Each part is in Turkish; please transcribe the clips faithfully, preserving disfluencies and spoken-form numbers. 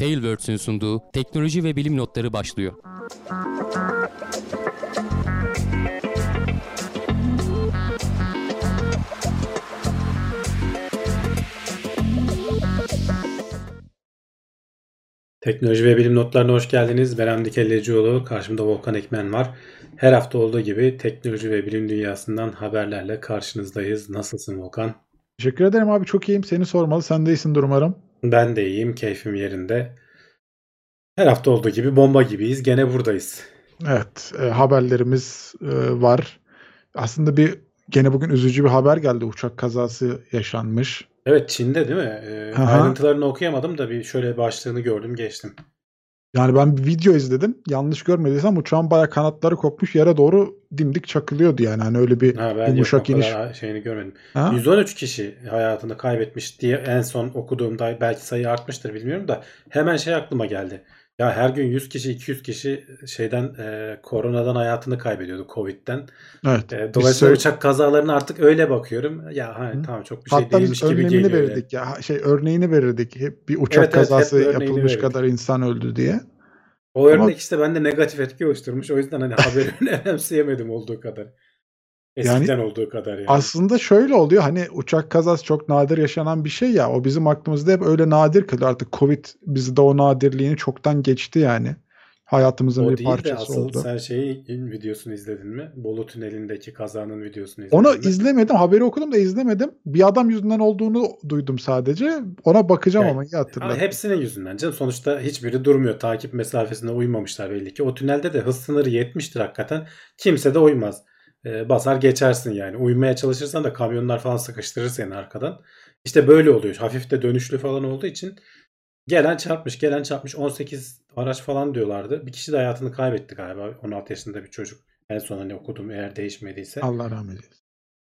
Tailwords'ün sunduğu teknoloji ve bilim notları başlıyor. Teknoloji ve bilim notlarına hoş geldiniz. Ben Hamdi Kellecioğlu. Karşımda Volkan Ekmen var. Her hafta olduğu gibi teknoloji ve bilim dünyasından haberlerle karşınızdayız. Nasılsın Volkan? Teşekkür ederim abi. Çok iyiyim. Seni sormalı. Sen de iyisindir umarım. Ben de iyiyim. Keyfim yerinde. Her hafta olduğu gibi bomba gibiyiz. Gene buradayız. Evet. E, haberlerimiz e, var. Aslında bir gene bugün üzücü bir haber geldi. Uçak kazası yaşanmış. Evet, Çin'de değil mi? E, ayrıntılarını okuyamadım da bir şöyle başlığını gördüm, geçtim. Yani ben bir video izledim. Yanlış görmediysem uçağın bayağı kanatları kopmuş, yere doğru dimdik çakılıyordu yani. Hani öyle bir Ha, ben yumuşak yok, o iniş. kadar şeyini görmedim. Ha? yüz on üç kişi hayatını kaybetmiş diye en son okuduğumda, belki sayı artmıştır bilmiyorum da, hemen şey aklıma geldi. Ya her gün yüz kişi iki yüz kişi şeyden e, koronadan hayatını kaybediyordu, Covid'den. Evet. E, Biz dolayısıyla söyle- uçak kazalarına artık öyle bakıyorum. Ya ha, Hı. tamam, çok bir şey Hatta değilmiş biz gibi önlemini geliyor. verirdik ya. Şey örneğini verirdik. Hep bir uçak Evet, evet, hep kazası örneğini yapılmış verirdik. kadar insan öldü diye. O Ama örnek işte bende negatif etki oluşturmuş. O yüzden hani haberi önemseyemedim olduğu kadar. Eskiden olduğu kadar yani. aslında şöyle oluyor, hani uçak kazası çok nadir yaşanan bir şey ya, o bizim aklımızda hep öyle nadir kalıyor. Artık Covid bizde o nadirliğini çoktan geçti yani. Hayatımızın O bir değil de parçası asıl oldu. sen şeyin videosunu izledin mi? Bolu Tüneli'ndeki kazanın videosunu izledin Onu mi? izlemedim, haberi okudum da izlemedim. Bir adam yüzünden olduğunu duydum sadece. Ona bakacağım Yani, ama iyi ama hatırlattın. hepsinin yüzünden canım. Sonuçta hiçbiri durmuyor. Takip mesafesine uymamışlar belli ki. O tünelde de hız sınırı yetmiştir hakikaten. Kimse de uymaz. Ee, basar geçersin yani. Uymaya çalışırsan da kamyonlar falan sıkıştırır seni arkadan. İşte böyle oluyor. Hafif de dönüşlü falan olduğu için gelen çarpmış, gelen çarpmış. on sekiz araç falan diyorlardı. Bir kişi de hayatını kaybetti galiba. on altı yaşında bir çocuk. En son hani okudum, eğer değişmediyse. Allah rahmet eylesin.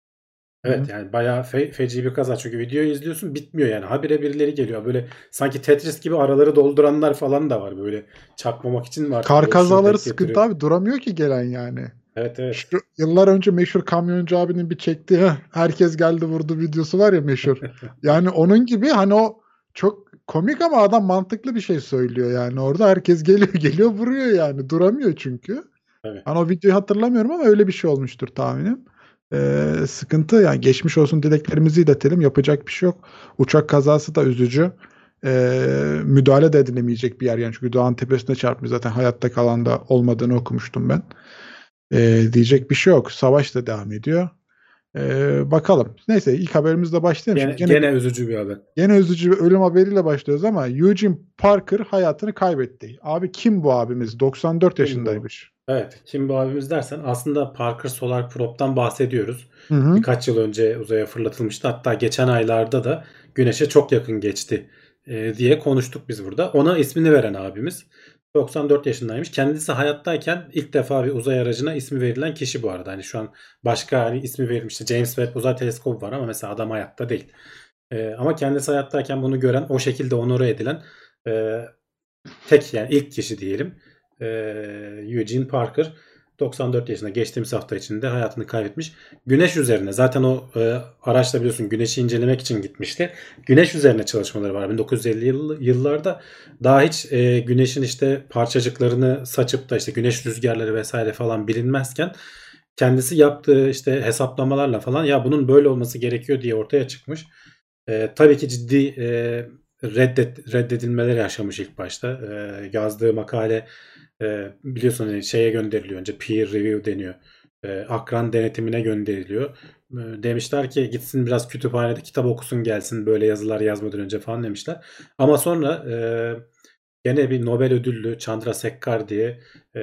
Evet, Hı. yani bayağı fe- feci bir kaza. Çünkü videoyu izliyorsun, bitmiyor yani. Habire birileri geliyor. Böyle sanki Tetris gibi araları dolduranlar falan da var. Böyle çarpmamak için mi artık Kar boşluğu kazaları denk sıkıntı getiriyor. abi, duramıyor ki gelen yani. Evet, evet. Şu yıllar önce meşhur kamyoncu abinin bir çektiği "Heh, herkes geldi vurdu" videosu var ya, meşhur. Yani onun gibi, hani o çok komik ama adam mantıklı bir şey söylüyor yani. Orada herkes geliyor geliyor vuruyor yani. Duramıyor çünkü. Tabii. Hani o videoyu hatırlamıyorum ama öyle bir şey olmuştur tahminim. Ee, sıkıntı yani, geçmiş olsun dileklerimizi iletelim. Yapacak bir şey yok. Uçak kazası da üzücü. Ee, müdahale de edilemeyecek bir yer yani. Çünkü dağın tepesine çarpmış. Zaten hayatta kalan da olmadığını okumuştum ben. Ee, diyecek bir şey yok. Savaş da devam ediyor. Ee, bakalım. Neyse, ilk haberimizle başlayalım. Gene, Şimdi gene, gene üzücü bir haber. gene üzücü bir ölüm haberiyle başlıyoruz ama Eugene Parker hayatını kaybetti. Abi kim bu abimiz? doksan dört Kim bu? yaşındaymış. Evet, kim bu abimiz dersen, aslında Parker Solar Probe'dan bahsediyoruz. Hı hı. Birkaç yıl önce uzaya fırlatılmıştı. Hatta geçen aylarda da Güneş'e çok yakın geçti e, diye konuştuk biz burada. Ona ismini veren abimiz. doksan dört yaşındaymış. Kendisi hayattayken ilk defa bir uzay aracına ismi verilen kişi bu arada. Hani şu an başka hani ismi verilmişti. James Webb Uzay Teleskobu var ama mesela adam hayatta değil. E, ama kendisi hayattayken bunu gören, o şekilde onore edilen e, tek, yani ilk kişi diyelim. E, Eugene Parker doksan dört yaşında, geçtiğimiz hafta içinde hayatını kaybetmiş. Güneş üzerine, zaten o e, araçla biliyorsun Güneş'i incelemek için gitmişti. Güneş üzerine çalışmaları var. bin dokuz yüz elli yıl, yıllarda daha hiç e, Güneş'in işte parçacıklarını saçıp da işte Güneş rüzgarları vesaire falan bilinmezken kendisi yaptığı işte hesaplamalarla falan ya bunun böyle olması gerekiyor diye ortaya çıkmış. E, tabii ki ciddi e, reddet, reddedilmeler yaşamış ilk başta. E, yazdığı makale e, biliyorsun hani şeye gönderiliyor, önce peer review deniyor. E, akran denetimine gönderiliyor. E, demişler ki gitsin biraz kütüphanede kitap okusun gelsin, böyle yazılar yazmadan önce falan demişler. Ama sonra e, gene bir Nobel ödüllü Chandrasekhar diye e,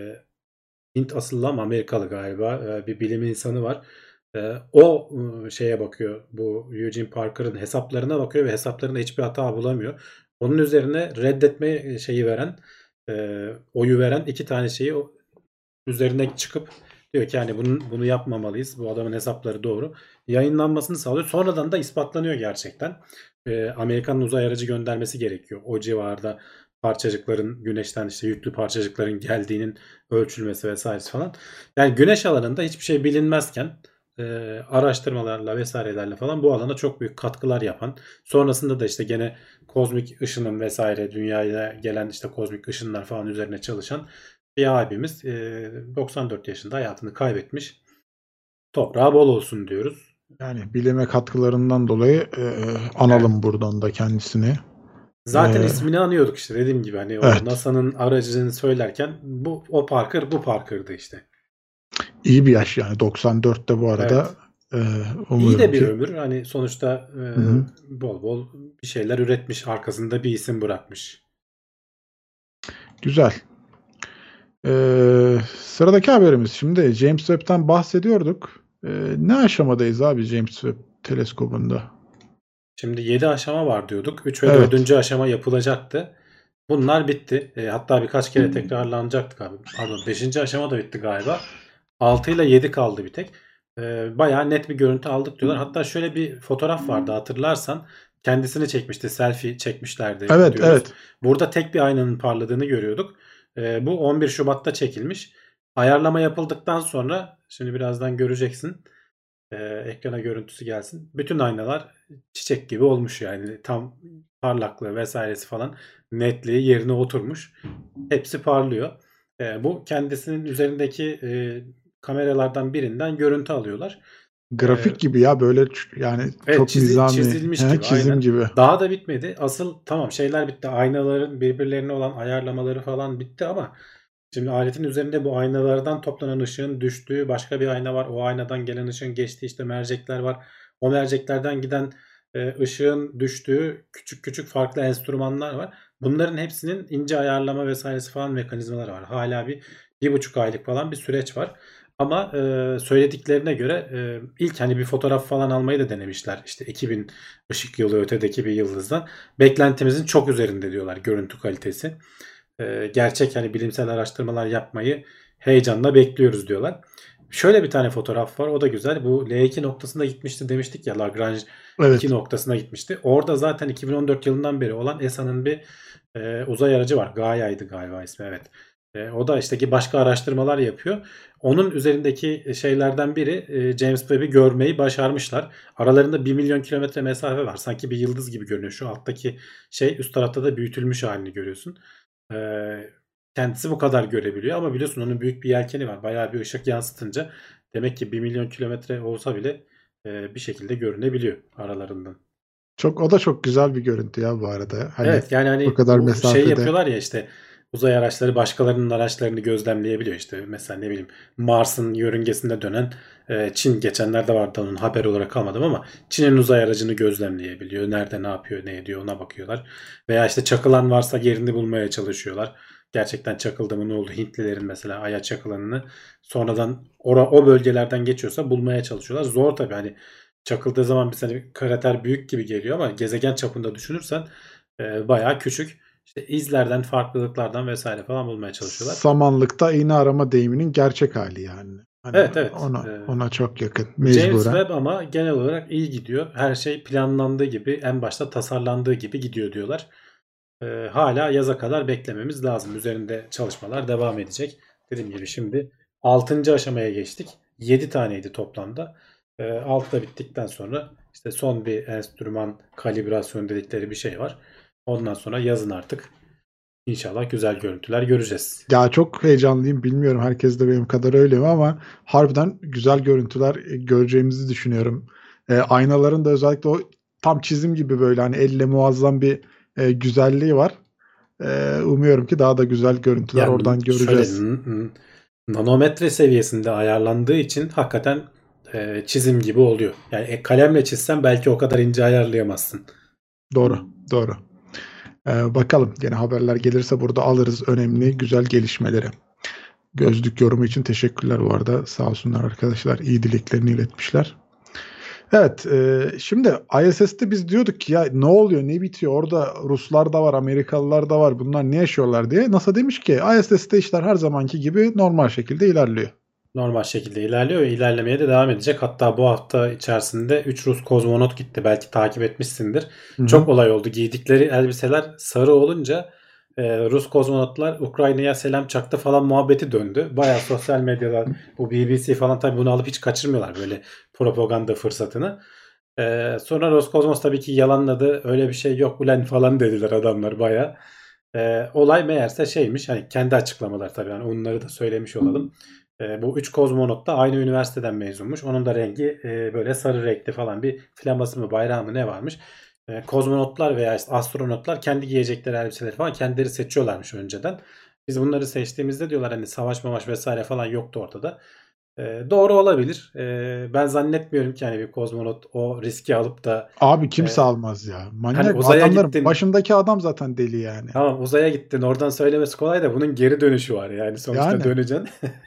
Hint asıllı ama Amerikalı galiba e, bir bilim insanı var. E, o e, şeye bakıyor. Bu Eugene Parker'ın hesaplarına bakıyor ve hesaplarında hiçbir hata bulamıyor. Onun üzerine reddetme şeyi veren, e, oyu veren iki tane şeyi o- üzerine çıkıp diyor ki yani bunu, bunu yapmamalıyız. Bu adamın hesapları doğru. Yayınlanmasını sağlıyor. Sonradan da ispatlanıyor gerçekten. E, Amerika'nın uzay aracı göndermesi gerekiyor. O civarda parçacıkların, güneşten işte yüklü parçacıkların geldiğinin ölçülmesi vesairesi falan. Yani güneş alanında hiçbir şey bilinmezken e, araştırmalarla vesairelerle falan bu alana çok büyük katkılar yapan. Sonrasında da işte gene kozmik ışının vesaire dünyaya gelen işte kozmik ışınlar falan üzerine çalışan bir abimiz e, doksan dört yaşında hayatını kaybetmiş. Toprağı bol olsun diyoruz. Yani bilime katkılarından dolayı e, analım evet. buradan da kendisini. Zaten ee, ismini anıyorduk işte dediğim gibi hani o evet. NASA'nın aracını söylerken bu o Parker bu Parker'dı işte. İyi bir yaş yani doksan dörtte bu arada. Evet. E, İyi de bir ki... ömür. Hani sonuçta e, bol bol bir şeyler üretmiş. Arkasında bir isim bırakmış. Güzel. Ee, sıradaki haberimiz. Şimdi James Webb'ten bahsediyorduk. Ee, ne aşamadayız abi James Webb teleskobunda? Şimdi yedi aşama var diyorduk. üç ve evet. dördüncü aşama yapılacaktı. Bunlar bitti. E, hatta birkaç kere tekrarlanacaktı abi. Pardon beşinci aşama da bitti galiba. altı ile yedi kaldı bir tek. E, bayağı net bir görüntü aldık diyorlar. Hatta şöyle bir fotoğraf vardı hatırlarsan. Kendisini çekmişti. Selfie çekmişlerdi evet, diyoruz. Evet. Burada tek bir aynanın parladığını görüyorduk. E, bu on bir Şubat'ta çekilmiş. Ayarlama yapıldıktan sonra şimdi birazdan göreceksin. E, ekrana görüntüsü gelsin. Bütün aynalar çiçek gibi olmuş yani. Tam parlaklığı vesairesi falan netliği yerine oturmuş. Hepsi parlıyor. E, bu kendisinin üzerindeki e, kameralardan birinden görüntü alıyorlar. Grafik Ee, gibi ya böyle yani evet, çok çizi, nizami. çizilmiş He, gibi çizim aynen. gibi. Daha da bitmedi. Asıl tamam şeyler bitti. Aynaların birbirlerine olan ayarlamaları falan bitti ama şimdi aletin üzerinde bu aynalardan toplanan ışığın düştüğü başka bir ayna var. O aynadan gelen ışığın geçtiği işte mercekler var. O merceklerden giden e, ışığın düştüğü küçük küçük farklı enstrümanlar var. Bunların hepsinin ince ayarlama vesairesi falan mekanizmaları var. Hala bir bir buçuk aylık falan bir süreç var. Ama e, söylediklerine göre e, ilk hani bir fotoğraf falan almayı da denemişler. İşte iki bin ışık yılı ötedeki bir yıldızdan. Beklentimizin çok üzerinde diyorlar görüntü kalitesi. E, gerçek hani bilimsel araştırmalar yapmayı heyecanla bekliyoruz diyorlar. Şöyle bir tane fotoğraf var. O da güzel. Bu L iki noktasına gitmişti demiştik ya Lagrange evet. iki noktasına gitmişti. Orada zaten iki bin on dört yılından beri olan E S A'nın bir e, uzay aracı var. Gaia'ydı galiba ismi evet. E, o da işte ki başka araştırmalar yapıyor. Onun üzerindeki şeylerden biri e, James Webb'i görmeyi başarmışlar. Aralarında bir milyon kilometre mesafe var. Sanki bir yıldız gibi görünüyor. Şu alttaki şey üst tarafta da büyütülmüş halini görüyorsun. E, kendisi bu kadar görebiliyor ama biliyorsun onun büyük bir yelkeni var. Bayağı bir ışık yansıtınca demek ki bir milyon kilometre olsa bile e, bir şekilde görünebiliyor aralarından. Çok o da çok güzel bir görüntü ya bu arada. Hani evet yani hani bu kadar bu mesafede. şey yapıyorlar ya işte uzay araçları başkalarının araçlarını gözlemleyebiliyor işte. Mesela ne bileyim Mars'ın yörüngesinde dönen e, Çin geçenlerde vardı onun haber olarak almadım ama Çin'in uzay aracını gözlemleyebiliyor. Nerede ne yapıyor ne ediyor ona bakıyorlar. Veya işte çakılan varsa yerini bulmaya çalışıyorlar. Gerçekten çakıldı mı ne oldu? Hintlilerin mesela Ay'a çakılanını sonradan ora, o bölgelerden geçiyorsa bulmaya çalışıyorlar. Zor tabii hani çakıldığı zaman bir hani krater büyük gibi geliyor ama gezegen çapında düşünürsen e, bayağı küçük. İşte izlerden, farklılıklardan vesaire falan bulmaya çalışıyorlar. Samanlıkta iğne arama deyiminin gerçek hali yani. Hani evet evet. Ona, Ee, ona çok yakın. Mecburen. James Webb ama genel olarak iyi gidiyor. Her şey planlandığı gibi, en başta tasarlandığı gibi gidiyor diyorlar. Ee, hala yaza kadar beklememiz lazım. Üzerinde çalışmalar devam edecek. Dediğim gibi şimdi altıncı aşamaya geçtik. yedi taneydi toplamda. Ee, altı da bittikten sonra işte son bir enstrüman kalibrasyon dedikleri bir şey var. Ondan sonra yazın artık İnşallah güzel görüntüler göreceğiz. Ya çok heyecanlıyım. Bilmiyorum herkes de benim kadar öyle mi ama harbiden güzel görüntüler e, göreceğimizi düşünüyorum. E, aynaların da özellikle o tam çizim gibi böyle hani elle muazzam bir e, güzelliği var. E, umuyorum ki daha da güzel görüntüler Yani oradan şöyle göreceğiz. n- n- nanometre seviyesinde ayarlandığı için hakikaten e, çizim gibi oluyor. Yani e, kalemle çizsen belki o kadar ince ayarlayamazsın. Doğru, doğru. E, bakalım gene haberler gelirse burada alırız önemli güzel gelişmeleri. Gözlük yorumu için teşekkürler bu arada. Sağ olsunlar arkadaşlar. İyi dileklerini iletmişler. Evet, e, şimdi I S S'te biz diyorduk ki ya ne oluyor, ne bitiyor? Orada Ruslar da var, Amerikalılar da var. Bunlar ne yaşıyorlar diye. NASA demiş ki I S S'te işler her zamanki gibi normal şekilde ilerliyor. Normal şekilde ilerliyor ve ilerlemeye de devam edecek. Hatta bu hafta içerisinde üç Rus kozmonot gitti. Belki takip etmişsindir. Hı-hı. Çok olay oldu. Giydikleri elbiseler sarı olunca e, Rus kozmonotlar Ukrayna'ya selam çaktı falan muhabbeti döndü. Bayağı sosyal medyada bu B B C falan tabii bunu alıp hiç kaçırmıyorlar böyle propaganda fırsatını. E, sonra Roskosmos tabii ki yalanladı. Öyle bir şey yok ulan falan dediler adamlar bayağı. E, olay meğerse şeymiş hani kendi açıklamalar tabii yani onları da söylemiş olalım. E, bu üç kozmonot da aynı üniversiteden mezunmuş. Onun da rengi e, böyle sarı renkli falan bir flaması mı bayrağı mı ne varmış. E, kozmonotlar veya işte astronotlar kendi giyecekleri elbiseleri falan kendileri seçiyorlarmış önceden. Biz bunları seçtiğimizde diyorlar hani savaş mamaş vesaire falan yoktu ortada. E, doğru olabilir. E, ben zannetmiyorum ki hani bir kozmonot o riski alıp da Abi kimse e, almaz ya. hani Manyak. uzaya Adamların gittin. başındaki adam zaten deli yani. Tamam uzaya gittin oradan söylemesi kolay da bunun geri dönüşü var yani sonuçta Yani döneceksin.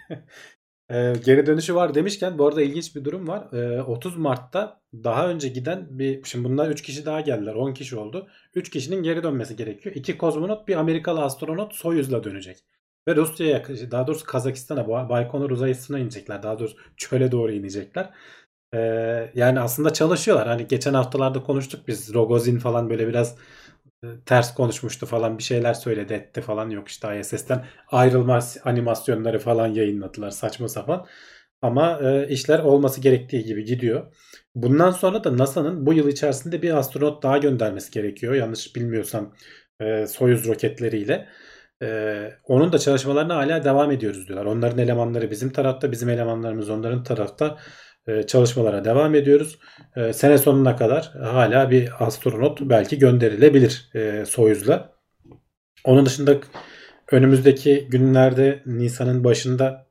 Ee, geri dönüşü var demişken bu arada ilginç bir durum var. Ee, otuz Mart'ta daha önce giden bir şimdi bunlar üç kişi daha geldiler. on kişi oldu. üç kişinin geri dönmesi gerekiyor. iki kozmonot bir Amerikalı astronot Soyuz'la dönecek. Ve Rusya'ya daha doğrusu Kazakistan'a Baykonur uzay üssüne inecekler. Daha doğrusu çöle doğru inecekler. Ee, yani aslında çalışıyorlar. Hani geçen haftalarda konuştuk biz. Rogozin falan böyle biraz e, ters konuşmuştu falan bir şeyler söyledi etti falan yok işte I S S'ten ayrılma animasyonları falan yayınladılar saçma sapan. Ama e, işler olması gerektiği gibi gidiyor. Bundan sonra da NASA'nın bu yıl içerisinde bir astronot daha göndermesi gerekiyor. Yanlış bilmiyorsam e, Soyuz roketleriyle. E, onun da çalışmalarına hala devam ediyoruz diyorlar. Onların elemanları bizim tarafta, bizim elemanlarımız onların tarafta e, çalışmalara devam ediyoruz. E, sene sonuna kadar hala bir astronot belki gönderilebilir e, Soyuz'la. Onun dışında önümüzdeki günlerde Nisan'ın başında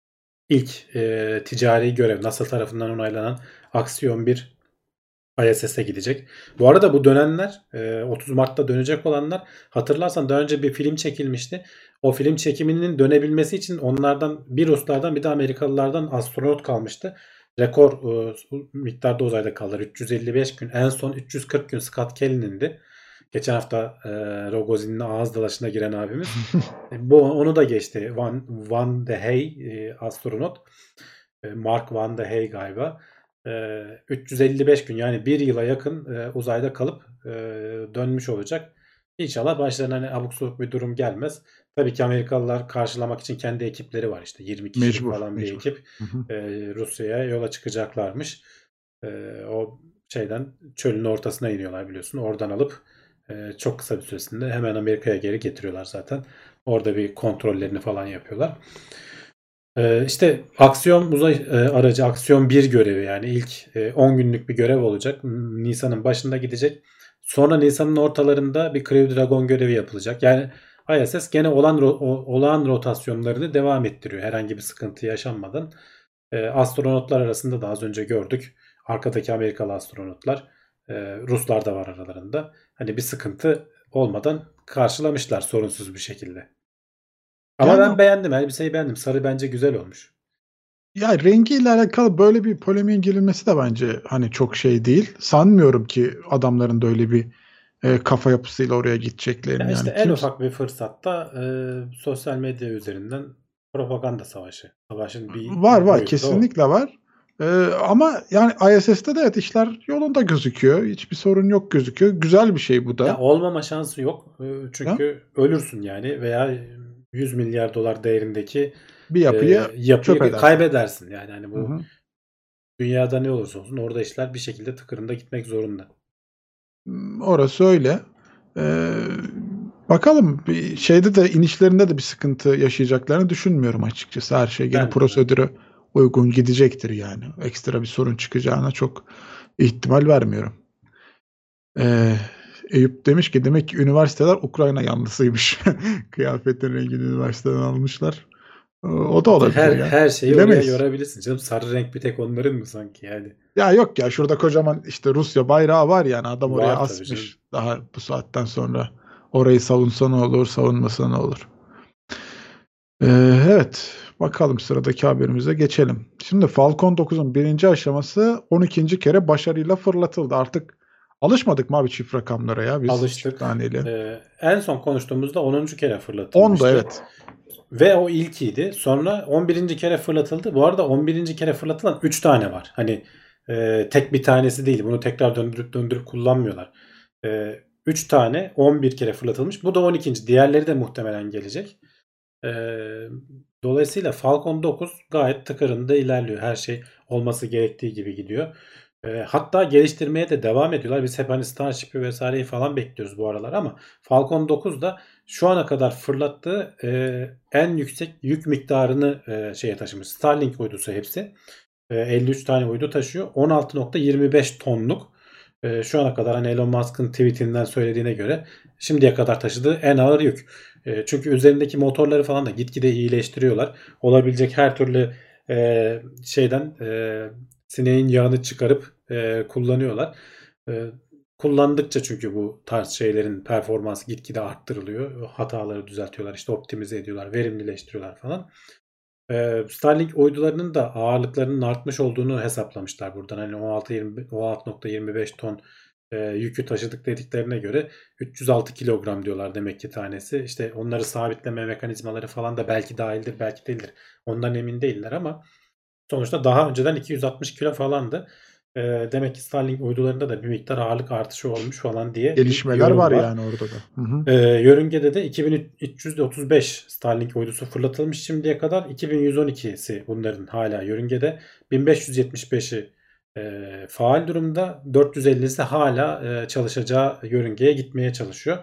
ilk e, ticari görev NASA tarafından onaylanan Aksiyon bir I S S'e gidecek. Bu arada bu dönenler e, otuz Mart'ta dönecek olanlar hatırlarsan daha önce bir film çekilmişti. O film çekiminin dönebilmesi için onlardan bir Ruslardan bir de Amerikalılardan astronot kalmıştı. Rekor e, miktarda uzayda kaldılar. üç yüz elli beş gün. En son üç yüz kırk gün Scott Kelly'nindi. Geçen hafta e, Rogozin'in ağız dalaşına giren abimiz. E, bu onu da geçti. Van, Van de Hey e, astronot. E, Mark Van de Hey galiba. E, üç yüz elli beş gün yani bir yıla yakın e, uzayda kalıp e, dönmüş olacak. İnşallah başlarına hani abuk subuk bir durum gelmez. Tabii ki Amerikalılar karşılamak için kendi ekipleri var işte yirmi kişilik mecbur. falan bir Mecbur. ekip Hı hı. e, Rusya'ya yola çıkacaklarmış. E, o şeyden çölün ortasına iniyorlar biliyorsun. Oradan alıp e, çok kısa bir süresinde hemen Amerika'ya geri getiriyorlar zaten. Orada bir kontrollerini falan yapıyorlar. Ee, işte aksiyon uzay e, aracı aksiyon bir görevi yani ilk e, on günlük bir görev olacak. Nisan'ın başında gidecek. Sonra Nisan'ın ortalarında bir Crew Dragon görevi yapılacak. Yani I S S gene olan ro- o- olağan rotasyonlarını devam ettiriyor herhangi bir sıkıntı yaşanmadan. E, astronotlar arasında da az önce gördük. Arkadaki Amerikalı astronotlar, e, Ruslar da var aralarında. Hani bir sıkıntı olmadan karşılamışlar sorunsuz bir şekilde. Ama Yani ben beğendim. Elbiseyi beğendim. Sarı bence güzel olmuş. ya rengiyle alakalı böyle bir polemiğin girilmesi de bence hani çok şey değil. Sanmıyorum ki adamların da öyle bir e, kafa yapısıyla oraya Ya gideceklerini işte yani en kimse ufak bir fırsatta e, sosyal medya üzerinden propaganda savaşı. Savaşın bir var var boyutu da o. kesinlikle var. E, ama yani I S S'te de evet işler yolunda gözüküyor. Hiçbir sorun yok gözüküyor. Güzel bir şey bu Ya da. olmama şansı yok. E, Ya, çünkü ölürsün yani veya yüz milyar dolar değerindeki bir e, yapıyı yapıyı çöp bir edersin. kaybedersin. Yani hani Hı bu hı. dünyada ne olursa olsun orada işler bir şekilde tıkırında gitmek zorunda. Hmm, orası öyle. Ee, bakalım bir şeyde de inişlerinde de bir sıkıntı yaşayacaklarını düşünmüyorum açıkçası. Her şey gene Ben de ben de. prosedüre uygun gidecektir yani. Ekstra bir sorun çıkacağına çok ihtimal vermiyorum. Ee, Eyüp demiş ki demek ki üniversiteler Ukrayna yanlısıymış. Kıyafetin rengini üniversiteden almışlar. Ee, O da olabilir Her ya. her şeyi oraya Bilemeyiz. yorabilirsin canım. Sarı renk bir tek onların mı sanki yani? Ya yok ya şurada kocaman işte Rusya bayrağı var yani adam oraya Var tabii canım. asmış. Daha bu saatten sonra orayı savunsa ne olur, savunmasa ne olur. Ee, evet bakalım sıradaki haberimize geçelim. Şimdi Falcon dokuzun birinci aşaması on ikinci kere başarıyla fırlatıldı. Artık alışmadık mı abi çift rakamlara ya biz çift Alıştık. taneli. Ee, en son konuştuğumuzda onuncu kere on da fırlatılmıştı. evet. Ve o ilkiydi. Sonra on birinci kere fırlatıldı. Bu arada on birinci kere fırlatılan üç tane var. Hani e, tek bir tanesi değil. Bunu tekrar döndürüp döndürüp kullanmıyorlar. E, üç tane on bir kere fırlatılmış. Bu da on ikinci. Diğerleri de muhtemelen gelecek. Ee, dolayısıyla Falcon dokuz gayet tıkırında ilerliyor. Her şey olması gerektiği gibi gidiyor. Ee, hatta geliştirmeye de devam ediyorlar. Biz hep hani Starship'i vesaireyi falan bekliyoruz bu aralar ama Falcon dokuz da şu ana kadar fırlattığı e, en yüksek yük miktarını e, şeye taşımış. Starlink uydusu hepsi. E, elli üç tane uydu taşıyor. on altı nokta yirmi beş tonluk. E, şu ana kadar hani Elon Musk'ın tweetinden söylediğine göre şimdiye kadar taşıdığı en ağır yük. E, çünkü üzerindeki motorları falan da gitgide iyileştiriyorlar. Olabilecek her türlü e, şeyden e, sineğin yağını çıkarıp e, kullanıyorlar. E, kullandıkça çünkü bu tarz şeylerin performansı gitgide arttırılıyor. Hataları düzeltiyorlar, işte optimize ediyorlar, verimlileştiriyorlar falan. Ee, Starlink uydularının da ağırlıklarının artmış olduğunu hesaplamışlar buradan. Hani on altı nokta yirmi beş ton e, yükü taşıdık dediklerine göre üç yüz altı kilogram diyorlar demek ki tanesi. İşte onları sabitleme mekanizmaları falan da belki dahildir, belki değildir. Ondan emin değiller ama sonuçta daha önceden iki yüz altmış kilo falandı. E, demek ki Starlink uydularında da bir miktar ağırlık artışı olmuş falan diye Gelişmeler var, var yani orada da. Hı hı. E, yörüngede de iki bin üç yüz otuz beş Starlink uydusu fırlatılmış şimdiye kadar. iki bin yüz on ikisi bunların hala yörüngede. bin beş yüz yetmiş beşi e, faal durumda. dört yüz ellisi hala e, çalışacağı yörüngeye gitmeye çalışıyor.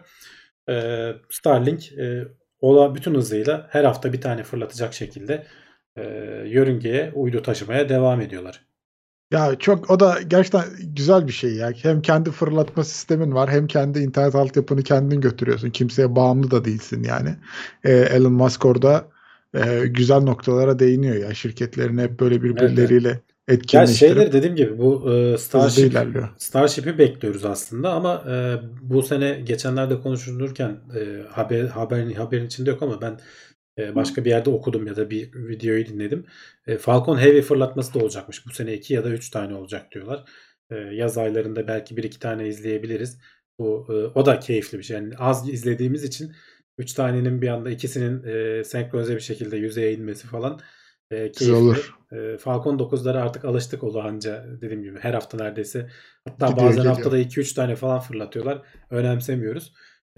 E, Starlink e, ola bütün hızıyla her hafta bir tane fırlatacak şekilde e, yörüngeye uydu taşımaya devam ediyorlar. Ya çok, o da gerçekten güzel bir şey ya. Hem kendi fırlatma sistemin var, hem kendi internet altyapını kendin götürüyorsun. Kimseye bağımlı da değilsin yani. Ee, Elon Musk orada e, güzel noktalara değiniyor ya. Şirketlerini hep böyle birbirleriyle Ya etkinleştirip şeyleri dediğim gibi bu e, hızlı Starship ilerliyor. Starship'i bekliyoruz aslında ama e, bu sene geçenlerde konuşulurken e, haber haberin haberin içinde yok ama ben e, başka bir yerde okudum ya da bir videoyu dinledim. E, Falcon Heavy fırlatması da olacakmış. Bu sene iki ya da üç tane olacak diyorlar. E, yaz aylarında belki bir iki tane izleyebiliriz. Bu e, o da keyifli bir şey. Yani az izlediğimiz için üç tanenin bir anda ikisinin e, senkronize bir şekilde yüzeye inmesi falan e, Güzel keyifli. olur. E, Falcon dokuzlara artık alıştık olağanca dediğim gibi her hafta neredeyse, hatta Gidiyor bazen geliyor. haftada iki üç tane falan fırlatıyorlar. Önemsemiyoruz. E,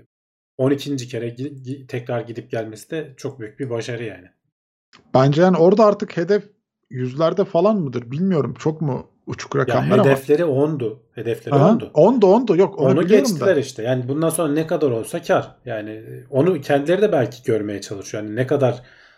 on ikinci kere gi- gi- tekrar gidip gelmesi de çok büyük bir başarı yani. Bence yani orada artık hedef yüzlerde falan mıdır bilmiyorum. Çok mu uçuk Ya rakamlar ama. hedefleri ondu. Hedefleri Aha, ondu. ondu ondu yok onu Onu biliyorum geçtiler da. işte. Yani bundan sonra ne kadar olsa kar. Yani onu kendileri de belki görmeye çalışıyor. Yani ne kadar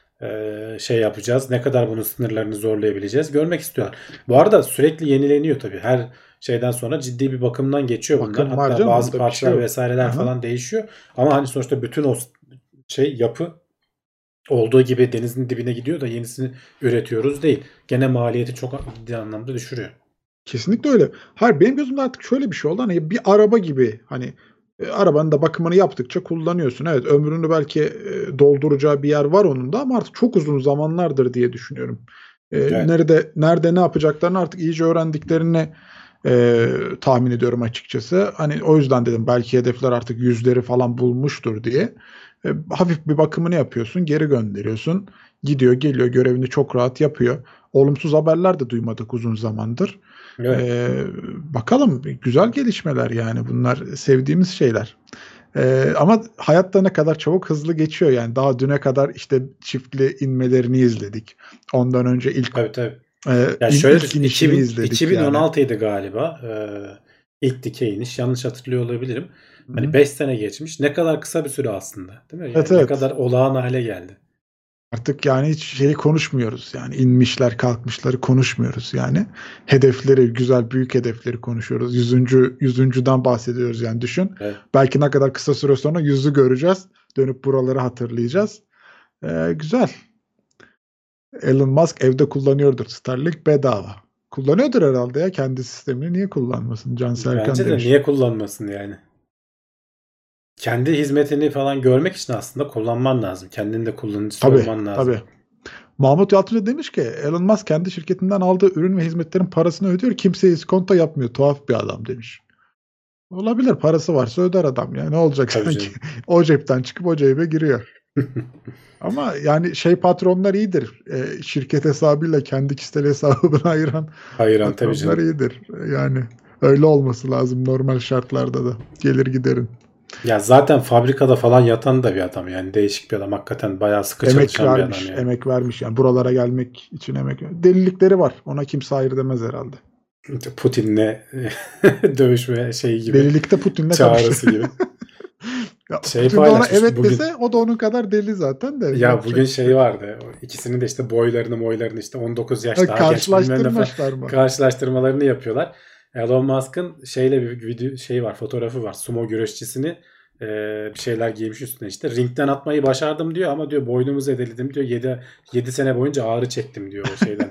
e, şey yapacağız, ne kadar bunun sınırlarını zorlayabileceğiz görmek istiyorlar. Bu arada sürekli yenileniyor tabii. Her şeyden sonra ciddi bir bakımdan geçiyor bunlar. Bakım var Hatta canım, bazı onda bir şey parçalar yok. vesaireler Aha. falan değişiyor. Ama hani sonuçta bütün o şey yapı olduğu gibi denizin dibine gidiyor da yenisini üretiyoruz değil. Gene maliyeti çok ciddi anlamda düşürüyor. Kesinlikle öyle. Hayır, benim gözümde artık şöyle bir şey oldu. Hani bir araba gibi, hani e, arabanın da bakımını yaptıkça kullanıyorsun. Evet, ömrünü belki e, dolduracağı bir yer var onun da ama artık çok uzun zamanlardır diye düşünüyorum. E, Evet. nerede nerede ne yapacaklarını artık iyice öğrendiklerini e, tahmin ediyorum açıkçası. Hani o yüzden dedim belki hedefler artık yüzleri falan bulmuştur diye. E, hafif bir bakımını yapıyorsun, geri gönderiyorsun. Gidiyor, geliyor, görevini çok rahat yapıyor. Olumsuz haberler de duymadık uzun zamandır. Evet. Ee, bakalım, güzel gelişmeler yani, bunlar sevdiğimiz şeyler. Ee, ama hayatta ne kadar çabuk hızlı geçiyor yani, daha düne kadar işte çiftli inmelerini izledik. Ondan önce ilk Tabii tabii. e, Ya in, şöyle ilk düşün, inişini iki bin, izledik yani. iki bin on altıydı galiba ee, ilk dikey iniş. Yanlış hatırlıyor olabilirim. Hani Hı-hı. beş sene geçmiş. Ne kadar kısa bir süre aslında. Değil mi? Evet Yani ne evet. kadar olağan hale geldi. Artık yani hiç şeyi konuşmuyoruz yani, inmişler kalkmışları konuşmuyoruz yani. Hedefleri, güzel büyük hedefleri konuşuyoruz. Yüzüncü, yüzüncüden bahsediyoruz yani, düşün. Evet. Belki ne kadar kısa süre sonra yüzü göreceğiz. Dönüp buraları hatırlayacağız. Ee, güzel. Elon Musk evde kullanıyordur Starlink bedava. Kullanıyordur herhalde ya kendi sistemini, niye kullanmasın? Can Serkan Bence de demiş. niye kullanmasın yani. Kendi hizmetini falan görmek için aslında kullanman lazım. Kendin de kullanıcısı Tabii olman lazım. tabii. Mahmut Yalçın demiş ki Elon Musk kendi şirketinden aldığı ürün ve hizmetlerin parasını ödüyor. Kimseye iskonto yapmıyor. Tuhaf bir adam demiş. Olabilir, parası varsa öder adam ya. Ne olacak Tabii sanki? canım. O cepten çıkıp o cebe giriyor. Ama yani şey, patronlar iyidir. E, şirket hesabıyla kendi kişisel hesabını ayıran Hayran tabii patronlar canım. iyidir. Yani Öyle olması lazım normal şartlarda da. Gelir giderin. Ya zaten fabrikada falan yatan da bir adam yani değişik bir adam. Hakikaten bayağı sıkı Emek çalışan bir vermiş, adam yani. emek vermiş. Yani buralara gelmek için emek. Delilikleri var. Ona kimse hayır demez herhalde. Putin'le dövüşme şeyi gibi. Delilikte Putin'le Çağrısı kapışıyor. gibi. Ya Şey Putin de ona paylaşmış evet bugün. dese o da onun kadar deli zaten de. Ya Yapacak bugün bir şey şey yok. vardı. O İkisinin de işte boylarını boylarını işte on dokuz yaş Ha, daha genç bilmem ne falan karşılaştırmışlar mı? karşılaştırmalarını yapıyorlar. Elon Musk'ın şeyle bir video şey var, fotoğrafı var. Sumo güreşçisini e, bir şeyler giymiş üstüne işte. Ringden atmayı başardım diyor ama diyor boynumu zedeledim diyor. yedi yedi sene boyunca ağrı çektim diyor o şeyden.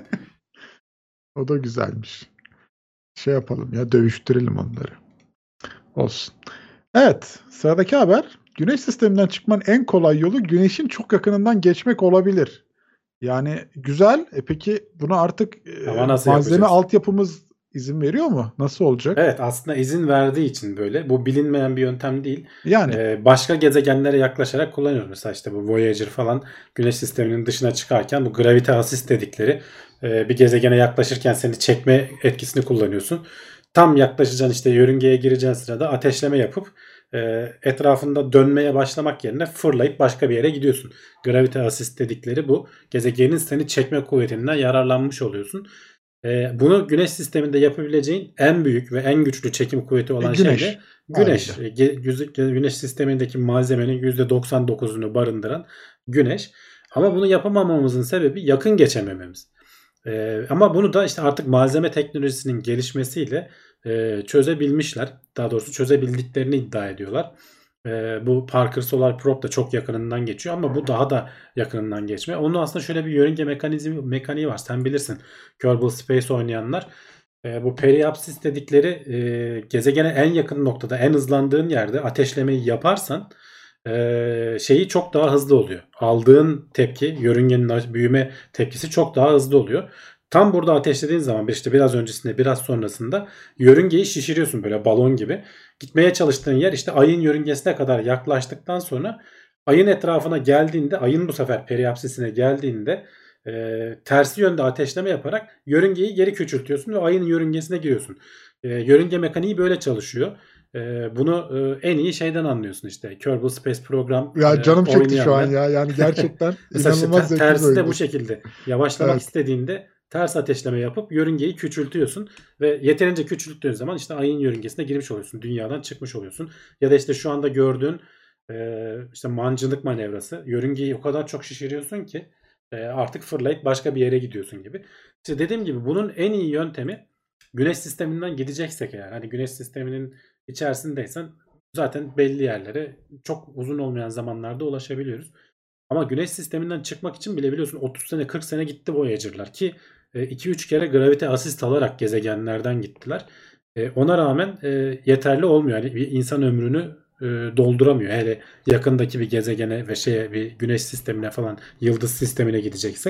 O da güzelmiş. Şey yapalım ya dövüştürelim onları. Olsun. Evet, sıradaki haber. Güneş sisteminden çıkmanın en kolay yolu güneşin çok yakınından geçmek olabilir. Yani güzel. E peki bunu artık e, Ama nasıl malzeme yapacağız? altyapımız izin veriyor mu? Nasıl olacak? Evet, aslında izin verdiği için böyle. Bu bilinmeyen bir yöntem değil. Yani Ee, başka gezegenlere yaklaşarak kullanıyoruz. Mesela işte bu Voyager falan Güneş sisteminin dışına çıkarken bu gravity assist dedikleri e, bir gezegene yaklaşırken seni çekme etkisini kullanıyorsun. Tam yaklaşacaksın işte yörüngeye gireceğin sırada ateşleme yapıp e, etrafında dönmeye başlamak yerine fırlayıp başka bir yere gidiyorsun. Gravity assist dedikleri bu. Gezegenin seni çekme kuvvetinden yararlanmış oluyorsun. Ee, bunu güneş sisteminde yapabileceğin en büyük ve en güçlü çekim kuvveti olan e, şey güneş. de güneş. Haliyle. Ee, ge- güz- Güneş sistemindeki malzemenin yüzde doksan dokuzunu barındıran güneş. Ama bunu yapamamamızın sebebi yakın geçemememiz. Ee, ama bunu da işte artık malzeme teknolojisinin gelişmesiyle e, çözebilmişler. Daha doğrusu çözebildiklerini iddia ediyorlar. Ee, bu Parker Solar Probe da çok yakınından geçiyor ama bu daha da yakınından geçmiyor. Onun aslında şöyle bir yörünge mekanizmi mekaniği var. Sen bilirsin. Kerbal Space oynayanlar. Ee, bu periapsis dedikleri e, gezegene en yakın noktada, en hızlandığın yerde ateşlemeyi yaparsan e, şeyi çok daha hızlı oluyor. Aldığın tepki, yörüngenin büyüme tepkisi çok daha hızlı oluyor. Tam burada ateşlediğin zaman işte biraz öncesinde biraz sonrasında yörüngeyi şişiriyorsun böyle balon gibi. Gitmeye çalıştığın yer işte ayın yörüngesine kadar yaklaştıktan sonra ayın etrafına geldiğinde ayın bu sefer periapsisine geldiğinde e, tersi yönde ateşleme yaparak yörüngeyi geri küçültüyorsun ve ayın yörüngesine giriyorsun. E, yörünge mekaniği böyle çalışıyor. E, bunu e, en iyi şeyden anlıyorsun işte. Kerbal Space Program Ya e, canım çekti şu an oynayanlar. ya. Yani gerçekten Mesela işte inanılmaz te- zevkli bir tersi de oyundu. bu şekilde. Yavaşlamak Evet. istediğinde ters ateşleme yapıp yörüngeyi küçültüyorsun ve yeterince küçülttüğün zaman işte ayın yörüngesine girmiş oluyorsun. Dünyadan çıkmış oluyorsun. Ya da işte şu anda gördüğün e, işte mancınık manevrası. Yörüngeyi o kadar çok şişiriyorsun ki e, artık fırlayıp başka bir yere gidiyorsun gibi. İşte dediğim gibi bunun en iyi yöntemi güneş sisteminden gideceksek eğer hani güneş sisteminin içerisindeysen zaten belli yerlere çok uzun olmayan zamanlarda ulaşabiliyoruz. Ama güneş sisteminden çıkmak için bile biliyorsun otuz sene kırk sene gitti Voyager'lar ki iki üç kere gravite asist alarak gezegenlerden gittiler. E, ona rağmen e, yeterli olmuyor. Yani bir insan ömrünü e, dolduramıyor. Hele yakındaki bir gezegene ve şeye bir güneş sistemine falan yıldız sistemine gideceksek.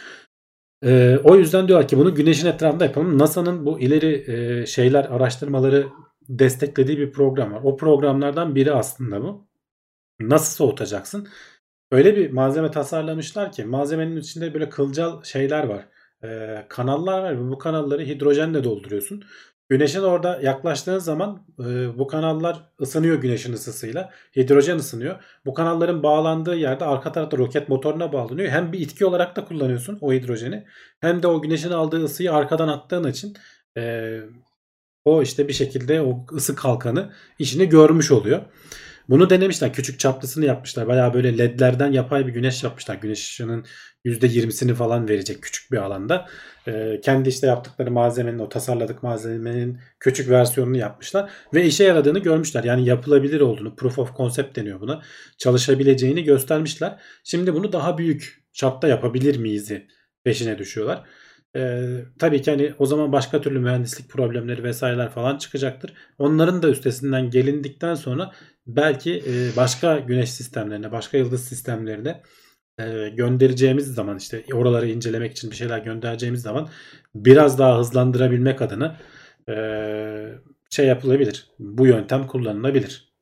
E, o yüzden diyorlar ki bunu güneşin etrafında yapalım. NASA'nın bu ileri e, şeyler araştırmaları desteklediği bir program var. O programlardan biri aslında bu. Nasıl soğutacaksın? Öyle bir malzeme tasarlamışlar ki malzemenin içinde böyle kılcal şeyler var. Ee, kanallar var ve bu kanalları hidrojenle dolduruyorsun. Güneşin orada yaklaştığın zaman e, bu kanallar ısınıyor güneşin ısısıyla. Hidrojen ısınıyor. Bu kanalların bağlandığı yerde arka tarafta roket motoruna bağlanıyor. Hem bir itki olarak da kullanıyorsun o hidrojeni. Hem de o güneşin aldığı ısıyı arkadan attığın için e, o işte bir şekilde o ısı kalkanı işini görmüş oluyor. Bunu denemişler. Küçük çaplısını yapmışlar. Bayağı böyle ledlerden yapay bir güneş yapmışlar. Güneş ışığının yüzde yirmisini falan verecek küçük bir alanda. Ee, kendi işte yaptıkları malzemenin, o tasarladık malzemenin küçük versiyonunu yapmışlar. Ve işe yaradığını görmüşler. Yani yapılabilir olduğunu, proof of concept deniyor buna. Çalışabileceğini göstermişler. Şimdi bunu daha büyük çapta yapabilir miyiz peşine düşüyorlar. Ee, tabii ki hani o zaman başka türlü mühendislik problemleri vesaireler falan çıkacaktır. Onların da üstesinden gelindikten sonra belki e, başka güneş sistemlerine, başka yıldız sistemlerine e, göndereceğimiz zaman işte oraları incelemek için bir şeyler göndereceğimiz zaman biraz daha hızlandırabilmek adına e, şey yapılabilir. Bu yöntem kullanılabilir.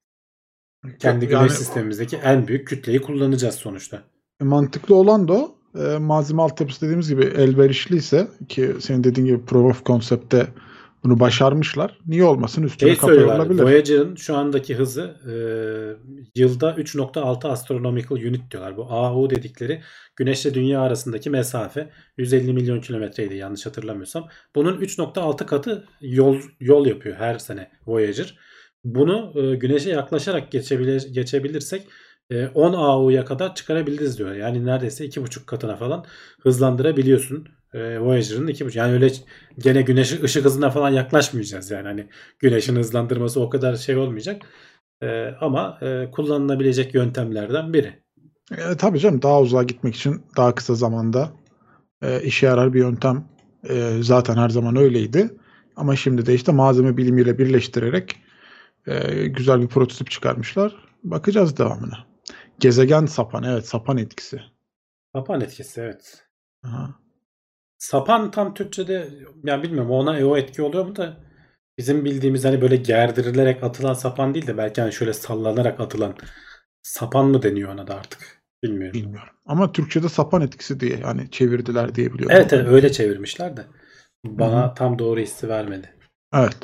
Kendi güneş Yani sistemimizdeki en büyük kütleyi kullanacağız sonuçta. mantıklı olan da o. E, malzeme altyapısı dediğimiz gibi elverişliyse ki senin dediğin gibi proof of concept'te Bunu başarmışlar. Niye olmasın? Üstüne Şey kafa söylüyorlar. yorulabilir. Voyager'ın şu andaki hızı e, yılda üç nokta altı astronomical unit diyorlar. Bu A U dedikleri Güneşle Dünya arasındaki mesafe yüz elli milyon kilometreydi yanlış hatırlamıyorsam. Bunun üç nokta altı katı yol yol yapıyor her sene Voyager. Bunu e, Güneş'e yaklaşarak geçebilir, geçebilirsek e, on A U'ya kadar çıkarabiliriz diyor. Yani neredeyse iki buçuk katına falan hızlandırabiliyorsun. E, Voyager'ın iki buçuk. Yani öyle gene güneşin ışık hızına falan yaklaşmayacağız yani. Hani güneşin hızlandırması o kadar şey olmayacak. E, ama e, kullanılabilecek yöntemlerden biri. E, tabii canım, daha uzağa gitmek için daha kısa zamanda e, işe yarar bir yöntem. E, zaten her zaman öyleydi. Ama şimdi de işte malzeme bilimiyle birleştirerek e, güzel bir prototip çıkarmışlar. Bakacağız devamına. Gezegen sapan. Evet, sapan etkisi. Sapan etkisi, evet. Aha. Sapan tam Türkçe'de yani bilmiyorum ona e o etki oluyor mu da bizim bildiğimiz hani böyle gerdirilerek atılan sapan değil de belki hani şöyle sallanarak atılan sapan mı deniyor ona da artık bilmiyorum. Bilmiyorum. Ama Türkçe'de sapan etkisi diye yani çevirdiler diye biliyorum. Evet, evet öyle çevirmişler de bana Hı-hı. tam doğru hissi vermedi. Evet.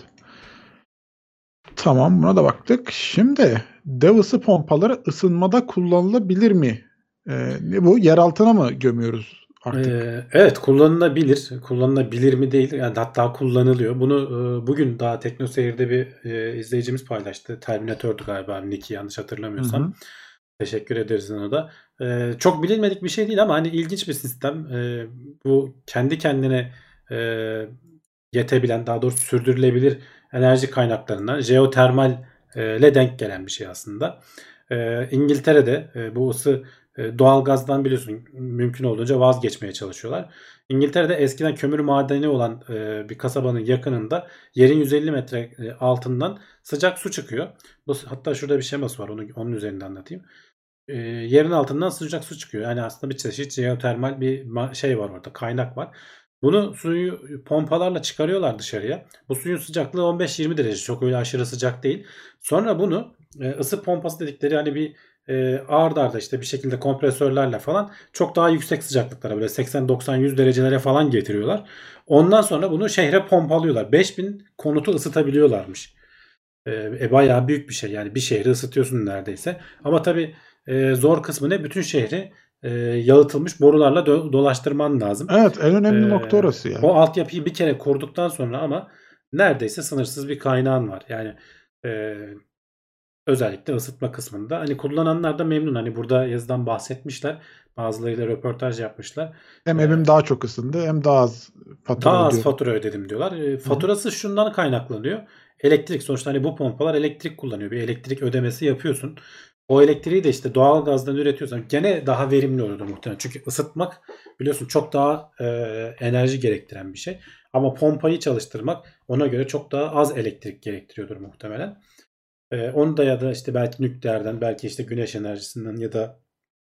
Tamam, buna da baktık. Şimdi dev ısı pompaları ısınmada kullanılabilir mi? Ee, ne bu? Yer altına mı gömüyoruz artık? Ee, evet kullanılabilir. Kullanılabilir mi değil. Yani hatta kullanılıyor. Bunu e, bugün daha TeknoSeyir'de bir e, izleyicimiz paylaştı. Terminator'du galiba. Nick'i yanlış hatırlamıyorsam. Hı hı. Teşekkür ederiz ona da. Ee, çok bilinmedik bir şey değil ama hani ilginç bir sistem. Ee, bu kendi kendine e, yetebilen, daha doğrusu sürdürülebilir enerji kaynaklarından jeotermal e, ile denk gelen bir şey aslında. E, İngiltere'de e, bu ısı e, doğalgazdan biliyorsun mümkün olduğunca vazgeçmeye çalışıyorlar. İngiltere'de eskiden kömür madeni olan e, bir kasabanın yakınında yerin yüz elli metre e, altından sıcak su çıkıyor. Bu, hatta şurada bir şeması var, onu onun üzerinde anlatayım. E, yerin altından sıcak su çıkıyor. Yani aslında bir çeşit jeotermal bir şey var orada, kaynak var. Bunu suyu pompalarla çıkarıyorlar dışarıya. Bu suyun sıcaklığı on beş yirmi derece. Çok öyle aşırı sıcak değil. Sonra bunu e, ısı pompası dedikleri hani bir e, ard arda işte bir şekilde kompresörlerle falan çok daha yüksek sıcaklıklara böyle seksen doksan yüz derecelere falan getiriyorlar. Ondan sonra bunu şehre pompalıyorlar. beş bin konutu ısıtabiliyorlarmış. E, e, bayağı büyük bir şey. Yani bir şehri ısıtıyorsun neredeyse. Ama tabii e, zor kısmı ne? Bütün şehri e, yalıtılmış borularla do- dolaştırman lazım. Evet, en önemli Ee, nokta orası ya. o altyapıyı bir kere kurduktan sonra ama neredeyse sınırsız bir kaynağın var. Yani e, özellikle ısıtma kısmında. Hani kullananlar da memnun. Hani burada yazıdan bahsetmişler. Bazılarıyla röportaj yapmışlar. Hem Ee, evim daha çok ısındı hem daha az fatura daha az ödüyorum. fatura ödedim diyorlar. E, faturası şundan kaynaklanıyor. Elektrik, sonuçta hani bu pompalar elektrik kullanıyor. Bir elektrik ödemesi yapıyorsun. O elektriği de işte doğal gazdan üretiyorsan gene daha verimli olurdu muhtemelen. Çünkü ısıtmak biliyorsun çok daha e, enerji gerektiren bir şey. Ama pompayı çalıştırmak ona göre çok daha az elektrik gerektiriyordur muhtemelen. E, onu da ya da işte belki nükleerden, belki işte güneş enerjisinden ya da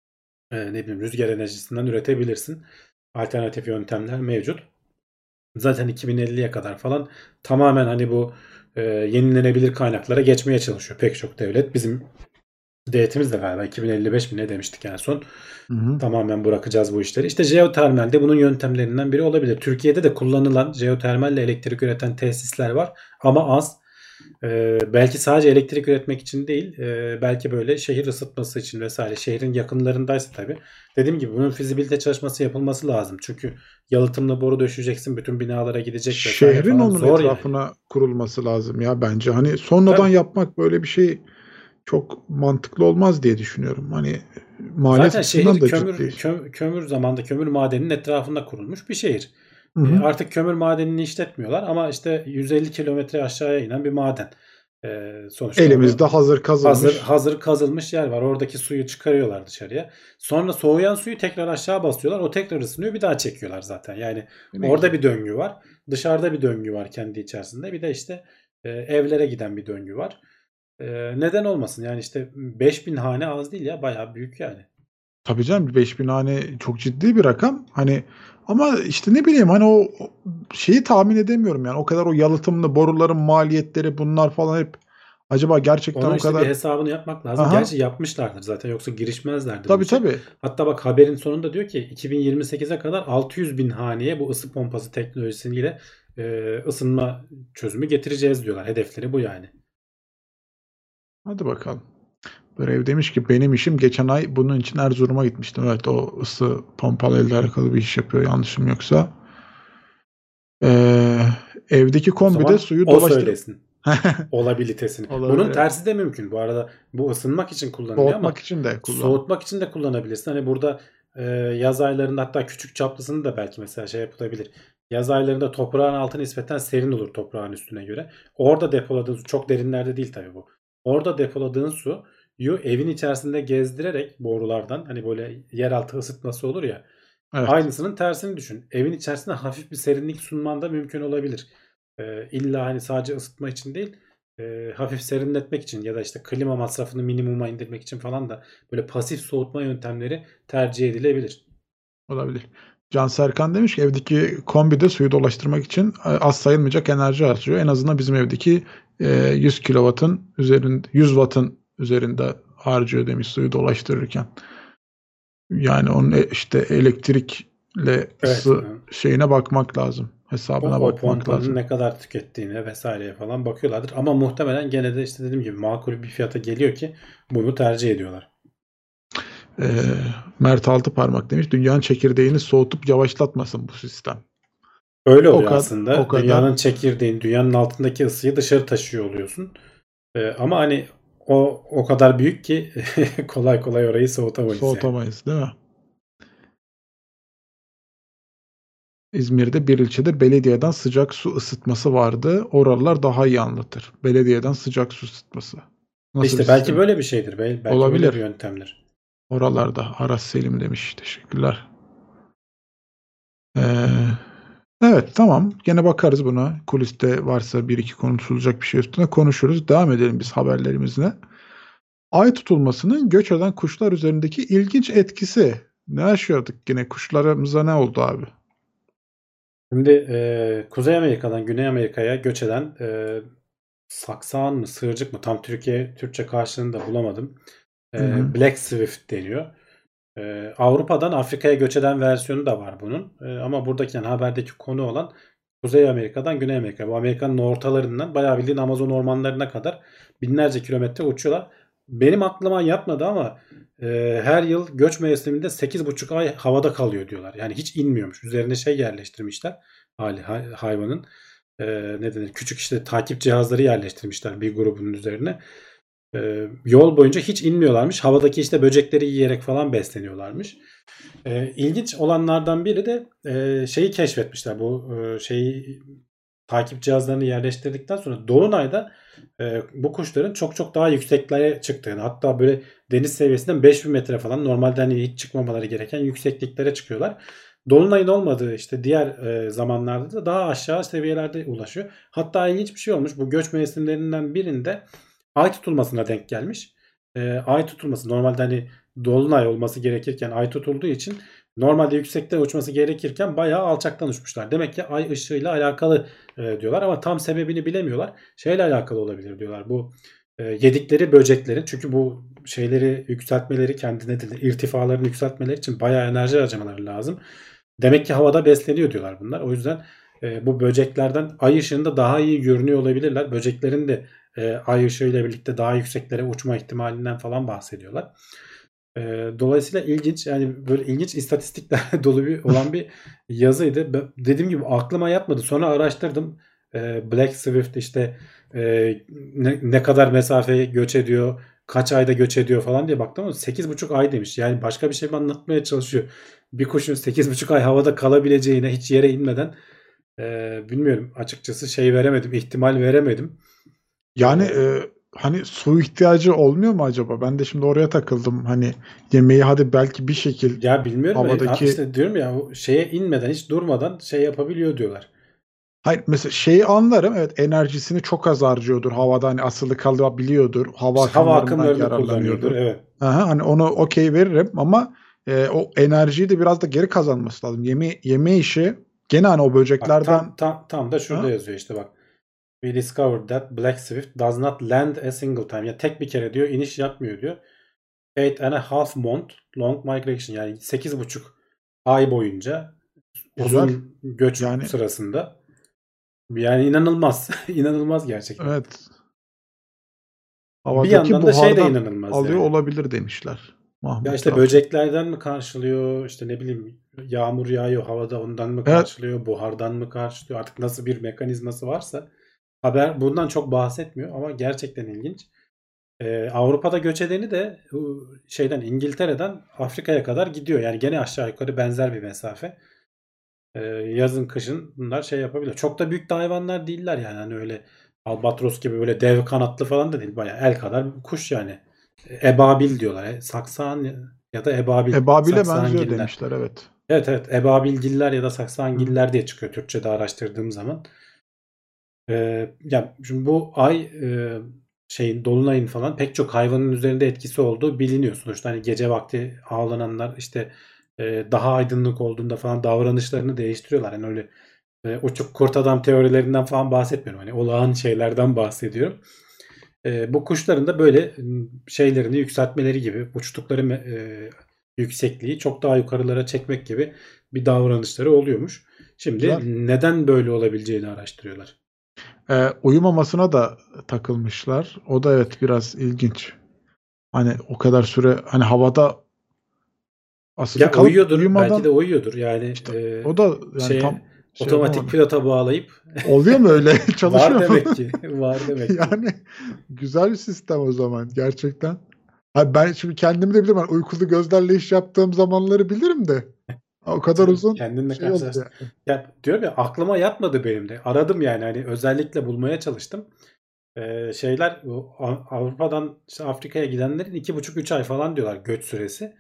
e, ne bileyim rüzgar enerjisinden üretebilirsin. Alternatif yöntemler mevcut. Zaten iki bin elliye kadar falan tamamen hani bu e, yenilenebilir kaynaklara geçmeye çalışıyor pek çok devlet. Bizim devletimiz de galiba iki bin elli beş mi ne demiştik en son. Hı hı. Tamamen bırakacağız bu işleri. İşte jeotermal de bunun yöntemlerinden biri olabilir. Türkiye'de de kullanılan jeotermalle elektrik üreten tesisler var ama az. Ee, belki sadece elektrik üretmek için değil, e, belki böyle şehir ısıtması için vesaire. Şehrin yakınlarındaysa tabii. Dediğim gibi bunun fizibilite çalışması yapılması lazım. Çünkü yalıtımlı boru döşeceksin, bütün binalara gidecek vesaire Şehrin falan. onun Zor yani. etrafına kurulması lazım ya bence. Hani sonradan Tabii. yapmak böyle bir şey çok mantıklı olmaz diye düşünüyorum. Hani maliyet Zaten açısından şehir da kömür ciddi. kö- kömür zamanda kömür madeninin etrafında kurulmuş bir şehir. Hı E, hı. artık kömür madenini işletmiyorlar ama işte yüz elli kilometre aşağıya inen bir maden. E, sonuçta Elimizde onu hazır kazılmış. hazır hazır kazılmış yer var. Oradaki suyu çıkarıyorlar dışarıya. Sonra soğuyan suyu tekrar aşağı basıyorlar. O tekrar ısınıyor. Bir daha çekiyorlar zaten. Yani Ne orada güzel. bir döngü var. Dışarıda bir döngü var kendi içerisinde. Bir de işte e, evlere giden bir döngü var. E, neden olmasın? Yani işte beş bin hane az değil ya. Bayağı büyük yani. Tabii canım, beş bin hane çok ciddi bir rakam. Hani ama işte ne bileyim hani o o şeyi tahmin edemiyorum yani. O kadar o yalıtımlı boruların maliyetleri bunlar falan hep acaba gerçekten Onun o işte bir kadar. hesabını yapmak lazım. Aha. Gerçi yapmışlardır zaten yoksa girişmezlerdi bu Tabii işe. tabii. Hatta bak haberin sonunda diyor ki iki bin yirmi sekize kadar altı yüz bin haneye bu ısı pompası teknolojisiyle e, ısınma çözümü getireceğiz diyorlar. Hedefleri bu yani. Hadi bakalım. Brev demiş ki benim işim geçen ay bunun için Erzurum'a gitmiştim. Evet, o ısı pompalarıyla alakalı bir iş yapıyor yanlışım yoksa. Ee, evdeki O kombide zaman suyu o dolaştırıp söylesin olabilitesini. Bunun olabilir. tersi de mümkün. Bu arada bu ısınmak için kullanılıyor Soğutmak ama için de kullan. soğutmak için de kullanabilirsin. Hani burada e, yaz aylarında hatta küçük çaplısını da belki mesela şey yapılabilir. Yaz aylarında toprağın altı nispeten serin olur toprağın üstüne göre. Orada depoladığın su çok derinlerde değil tabii bu. Orada depoladığın su yu evin içerisinde gezdirerek borulardan hani böyle yeraltı ısıtması olur ya. Evet. Aynısının tersini düşün. Evin içerisinde hafif bir serinlik sunman da mümkün olabilir. Ee, illa hani sadece ısıtma için değil, e, hafif serinletmek için ya da işte klima masrafını minimuma indirmek için falan da böyle pasif soğutma yöntemleri tercih edilebilir. Olabilir. Can Serkan demiş ki evdeki kombide suyu dolaştırmak için e, az sayılmayacak enerji harcıyor. En azından bizim evdeki e, yüz kilovatın üzerinde yüz wattın üzerinde harcıyor demiş suyu dolaştırırken. Yani onun e- işte elektrikle Evet. ısı şeyine bakmak lazım. O, Hesabına o bakmak pompanın lazım. ne kadar tükettiğine vesaireye falan bakıyorlardır. Ama muhtemelen gene de işte dediğim gibi makul bir fiyata geliyor ki bunu tercih ediyorlar. E, Mert Altıparmak demiş dünyanın çekirdeğini soğutup yavaşlatmasın bu sistem. Öyle O oluyor kadar o aslında. kadar Dünyanın çekirdeğini, dünyanın altındaki ısıyı dışarı taşıyor oluyorsun. Ee, ama hani o o kadar büyük ki kolay kolay orayı soğutamayız yani. soğutamayız değil mi? İzmir'de bir ilçede belediyeden sıcak su ısıtması vardı. Oralar daha iyi anlatır. Belediyeden sıcak su ısıtması. Nasıl bir İşte belki sistem? böyle bir şeydir. Bel- Belki öyle bir Olabilir. yöntemdir. Oralarda. Aras Selim demiş. Teşekkürler. Ee, evet, tamam. Gene bakarız buna. Kuliste varsa bir iki konuşulacak bir şey üstüne konuşuruz. Devam edelim biz haberlerimizle. Ay tutulmasının göç eden kuşlar üzerindeki ilginç etkisi. Ne yaşıyorduk yine? Kuşlarımıza ne oldu abi? Şimdi e, Kuzey Amerika'dan Güney Amerika'ya göç eden e, saksağan mı sığırcık mı tam Türkiye Türkçe karşılığını da bulamadım. Hı E, hı. Black Swift deniyor. E, Avrupa'dan Afrika'ya göç eden versiyonu da var bunun. E, ama buradaki yani haberdeki konu olan Kuzey Amerika'dan Güney Amerika. Bu Amerika'nın ortalarından bayağı bildiğin Amazon ormanlarına kadar binlerce kilometre uçuyorlar. Benim aklıma yatmadı ama e, her yıl göç mevsiminde sekiz buçuk ay havada kalıyor diyorlar. Yani hiç inmiyormuş. Üzerine şey yerleştirmişler hali hay- hayvanın. E, ne denir? Küçük işte takip cihazları yerleştirmişler bir grubun üzerine. E, yol boyunca hiç inmiyorlarmış. Havadaki işte böcekleri yiyerek falan besleniyorlarmış. E, ilginç olanlardan biri de e, şeyi keşfetmişler. Bu e, şeyi takip cihazlarını yerleştirdikten sonra Dolunay'da e, bu kuşların çok çok daha yükseklere çıktığını, hatta böyle deniz seviyesinden beş bin metre falan normalde hani hiç çıkmamaları gereken yüksekliklere çıkıyorlar. Dolunay'ın olmadığı işte diğer e, zamanlarda da daha aşağı seviyelerde ulaşıyor. Hatta ilginç bir şey olmuş. Bu göç mevsimlerinden birinde ay tutulmasına denk gelmiş. E, ay tutulması normalde hani dolunay olması gerekirken ay tutulduğu için normalde yüksekten uçması gerekirken bayağı alçaktan uçmuşlar. Demek ki ay ışığıyla alakalı e, diyorlar ama tam sebebini bilemiyorlar. Şeyle alakalı olabilir diyorlar. Bu e, yedikleri böceklerin, çünkü bu şeyleri yükseltmeleri, kendine de irtifalarını yükseltmeleri için bayağı enerji harcamaları lazım. Demek ki havada besleniyor diyorlar bunlar. O yüzden e, bu böceklerden ay ışığında daha iyi görünüyor olabilirler. Böceklerin de e, ay ışığıyla birlikte daha yükseklere uçma ihtimalinden falan bahsediyorlar. E, dolayısıyla ilginç, yani böyle ilginç istatistikler dolu bir olan bir yazıydı. Ben, dediğim gibi aklıma yatmadı. Sonra araştırdım. E, Black Swift işte e, ne, ne kadar mesafeye göç ediyor, kaç ayda göç ediyor falan diye baktım ama sekiz buçuk ay demiş. Yani başka bir şey mi anlatmaya çalışıyor? Bir kuşun sekiz buçuk ay havada kalabileceğine hiç yere inmeden e, bilmiyorum açıkçası, şey veremedim, ihtimal veremedim. Yani E, e, hani su ihtiyacı olmuyor mu acaba? Ben de şimdi oraya takıldım. Hani yemeği hadi belki bir şekil ya bilmiyorum da havadaki işte diyorum ya, o şeye inmeden hiç durmadan şey yapabiliyor diyorlar. hayır, mesela şeyi anlarım. Evet, enerjisini çok az harcıyordur. Havada hani asılı kalabiliyordur. Hava İşte hava akımlarından akımlarını kullanıyordur. yararlanıyordur. Evet. Aha, hani onu okey veririm ama e, o enerjiyi de biraz da geri kazanması lazım. Yeme yeme işi gene hani o Bak böceklerden tam tam tam da şurada ha? yazıyor işte bak. We discovered that Black Swift does not land a single time. Ya tek bir kere diyor iniş yapmıyor diyor. Eight and a half month long migration, yani sekiz buçuk ay boyunca Güzel. uzun göç Yani sırasında Yani inanılmaz. İnanılmaz gerçekten. Evet. Bir Havadaki yandan da şey de buhardan inanılmaz alıyor yani. olabilir demişler. Ya Mahmut işte Yalçın. böceklerden mi karşılıyor, işte ne bileyim yağmur yağıyor havada ondan mı Evet. karşılıyor, buhardan mı karşılıyor, artık nasıl bir mekanizması varsa haber bundan çok bahsetmiyor ama gerçekten ilginç. Ee, Avrupa'da göç edeni de bu şeyden İngiltere'den Afrika'ya kadar gidiyor. Yani gene aşağı yukarı benzer bir mesafe. Ee, yazın kışın bunlar şey yapabiliyor. Çok da büyük de hayvanlar değiller yani. Hani öyle albatros gibi böyle dev kanatlı falan da değil. Bayağı el kadar bir kuş yani. Ebabil diyorlar. E, Saksan ya da ebabil. Ebabil'e benziyor Saksağangiller. demişler, evet. Evet evet. Ebabilgiller ya da Hı. saksağangiller diye çıkıyor Türkçe'de araştırdığım zaman. Ee, ya şimdi bu ay e, şeyin dolunayın falan pek çok hayvanın üzerinde etkisi olduğu biliniyor. Sonuçta hani gece vakti avlananlar işte e, daha aydınlık olduğunda falan davranışlarını değiştiriyorlar. Yani öyle e, uçuk kurt adam teorilerinden falan bahsetmiyorum. Hani olağan şeylerden bahsediyorum. E, bu kuşların da böyle m, şeylerini yükseltmeleri gibi uçtukları me- e, yüksekliği çok daha yukarılara çekmek gibi bir davranışları oluyormuş. Şimdi Güzel. neden böyle olabileceğini araştırıyorlar. Ee, uyumamasına da takılmışlar. O da evet biraz ilginç. Hani o kadar süre hani havada asılı Ya kalıp uyuyordur. Belki de uyumadan uyuyordur. Yani işte e, o da yani tam şeye şey otomatik yapamadım. pilota bağlayıp Oluyor mu öyle? var Çalışıyor mu? demek ki. Var demek ki. Yani güzel bir sistem o zaman gerçekten. Abi ben şimdi kendimi de bilirim. Hani uykulu gözlerle iş yaptığım zamanları bilirim de. O kadar uzun Kendinle şey oldu karşılaştım. yani. Ya diyorum ya aklıma yatmadı benim de. Aradım yani hani özellikle bulmaya çalıştım. Ee, şeyler bu A- Avrupa'dan işte Afrika'ya gidenlerin iki buçuk üç ay falan diyorlar göç süresi.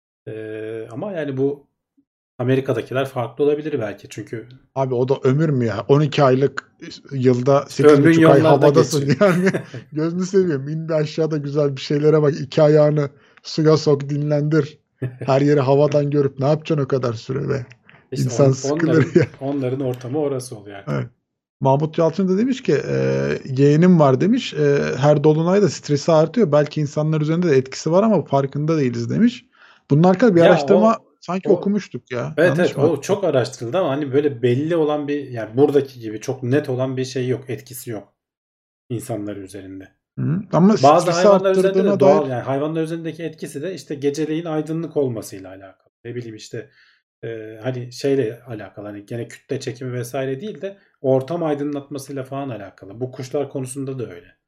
Ee, ama yani bu Amerika'dakiler farklı olabilir belki. Çünkü Abi o da ömür mü ya? on iki aylık yılda sekiz ömrün buçuk ay yollarda havadasın geçiyor. yani. Gözünü seveyim. İn bir aşağıda güzel bir şeylere bak. İki ayağını suya sok, dinlendir. Her yeri havadan görüp ne yapacaksın o kadar süre be? İşte İnsan on- sıkılır onların ya. onların ortamı orası oluyor artık. Evet. Mahmut Yalçın da demiş ki e, yeğenim var demiş. E, her dolunayda stresi artıyor. Belki insanlar üzerinde de etkisi var ama farkında değiliz demiş. Bunun hakkında bir Ya araştırma o sanki o okumuştuk ya. evet Yanlış evet mı o hatırlıyorum? çok araştırıldı ama hani böyle belli olan bir yani buradaki gibi çok net olan bir şey yok, etkisi yok insanlar üzerinde. Hı. Ama Bazı stresi hayvanlar üzerinde de arttırdığına doğal dair. yani hayvanlar üzerindeki etkisi de işte geceleyin aydınlık olmasıyla alakalı. Ne bileyim işte e, hani şeyle alakalı hani gene kütle çekimi vesaire değil de ortam aydınlatmasıyla falan alakalı. Bu kuşlar konusunda da öyle.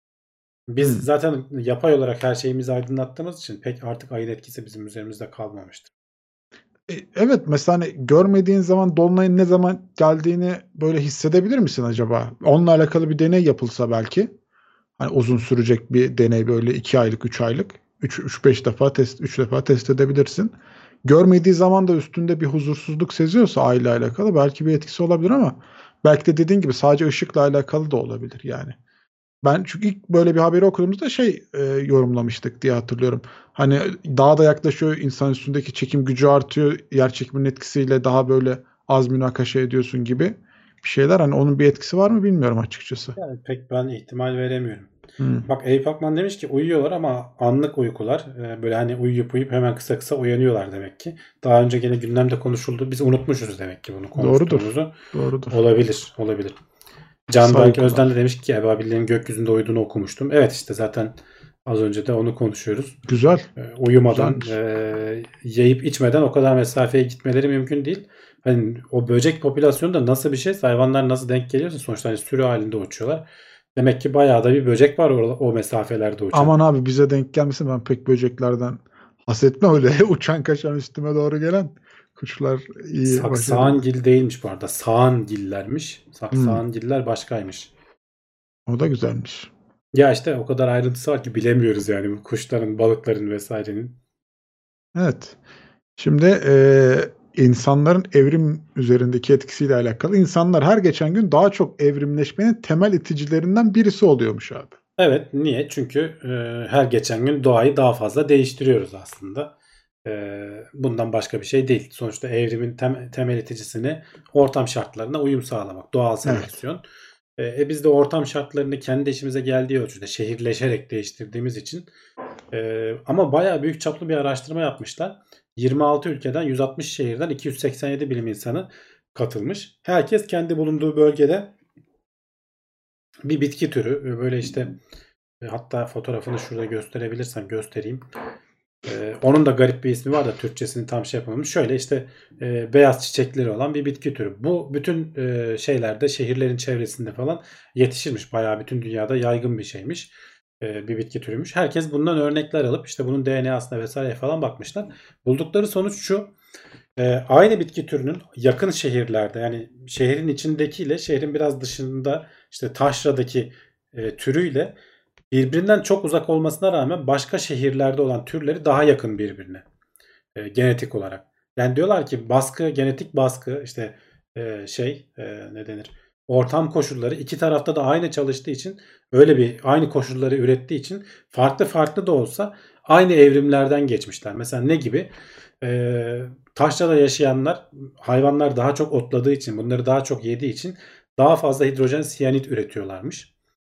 Biz Hı. zaten yapay olarak her şeyimizi aydınlattığımız için pek artık ayın etkisi bizim üzerimizde kalmamıştır. E, evet, mesela hani görmediğin zaman dolunayın ne zaman geldiğini böyle hissedebilir misin acaba? Onunla alakalı bir deney yapılsa belki. Hani uzun sürecek bir deney, böyle iki aylık, üç aylık. üç üç beş defa test üç defa test edebilirsin. Görmediği zaman da üstünde bir huzursuzluk seziyorsa ayla alakalı belki bir etkisi olabilir ama belki de dediğin gibi sadece ışıkla alakalı da olabilir yani. Ben çünkü ilk böyle bir haberi okuduğumuzda şey e, yorumlamıştık diye hatırlıyorum. Hani daha da yaklaşıyor, insan üstündeki çekim gücü artıyor, yer çekiminin etkisiyle daha böyle az münakaşa ediyorsun gibi bir şeyler. Hani onun bir etkisi var mı bilmiyorum açıkçası. Yani pek ben ihtimal veremiyorum. Hmm. Bak Eyüp Akman demiş ki uyuyorlar ama anlık uykular. Ee, böyle hani uyuyup uyuyup hemen kısa kısa uyanıyorlar demek ki. Daha önce gene gündemde konuşuldu. Biz unutmuşuz demek ki bunu Doğrudur. konuştuğumuzu. Doğrudur. Olabilir. Olabilir. Kısa Canberk Özden de uykular. demiş ki ebabillerin gökyüzünde uyuduğunu okumuştum. Evet işte zaten az önce de onu konuşuyoruz. Güzel. Ee, uyumadan, Güzelmiş. e, yiyip içmeden o kadar mesafeye gitmeleri mümkün değil. Hani o böcek popülasyonu da nasıl bir şey? Hayvanlar nasıl denk geliyorsa sonuçta hani sürü halinde uçuyorlar. Demek ki bayağı da bir böcek var orada, o mesafelerde uçan. Aman abi bize denk gelmesin, ben pek böceklerden hasetme öyle uçan kaçan üstüme doğru gelen kuşlar iyi baş ediyor. Saksağangil değilmiş bu arada. Sağangillermiş. Hmm, Saksağangiller başkaymış. o da güzelmiş. Ya işte o kadar ayrıntısı var ki bilemiyoruz yani bu kuşların, balıkların vesairenin. Evet. Şimdi eee, insanların evrim üzerindeki etkisiyle alakalı. İnsanlar her geçen gün daha çok evrimleşmenin temel iticilerinden birisi oluyormuş abi. Evet, niye? Çünkü e, her geçen gün doğayı daha fazla değiştiriyoruz aslında. E, bundan başka bir şey değil. Sonuçta evrimin tem, temel iticisini ortam şartlarına uyum sağlamak, doğal Evet. seleksiyon. E, e, biz de ortam şartlarını kendi işimize geldiği ölçüde şehirleşerek değiştirdiğimiz için e, ama bayağı büyük çaplı bir araştırma yapmışlar. yirmi altı ülkeden yüz altmış şehirden iki yüz seksen yedi bilim insanı katılmış. Herkes kendi bulunduğu bölgede bir bitki türü. Böyle işte e, hatta fotoğrafını şurada gösterebilirsem göstereyim. Ee, onun da garip bir ismi var da Türkçesini tam şey yapamamış. Şöyle işte e, beyaz çiçekleri olan bir bitki türü. Bu bütün e, şeylerde şehirlerin çevresinde falan yetişirmiş. Bayağı bütün dünyada yaygın bir şeymiş. E, bir bitki türüymüş. Herkes bundan örnekler alıp işte bunun D N A'sına vesaire falan bakmışlar. Buldukları sonuç şu. E, aynı bitki türünün yakın şehirlerde yani şehrin içindekiyle şehrin biraz dışında işte taşradaki e, türüyle birbirinden çok uzak olmasına rağmen başka şehirlerde olan türleri daha yakın birbirine e, genetik olarak. Yani diyorlar ki baskı, genetik baskı işte e, şey e, ne denir? Ortam koşulları iki tarafta da aynı çalıştığı için öyle bir aynı koşulları ürettiği için farklı farklı da olsa aynı evrimlerden geçmişler. Mesela ne gibi? E, taşrada yaşayanlar hayvanlar daha çok otladığı için bunları daha çok yediği için daha fazla hidrojen siyanit üretiyorlarmış.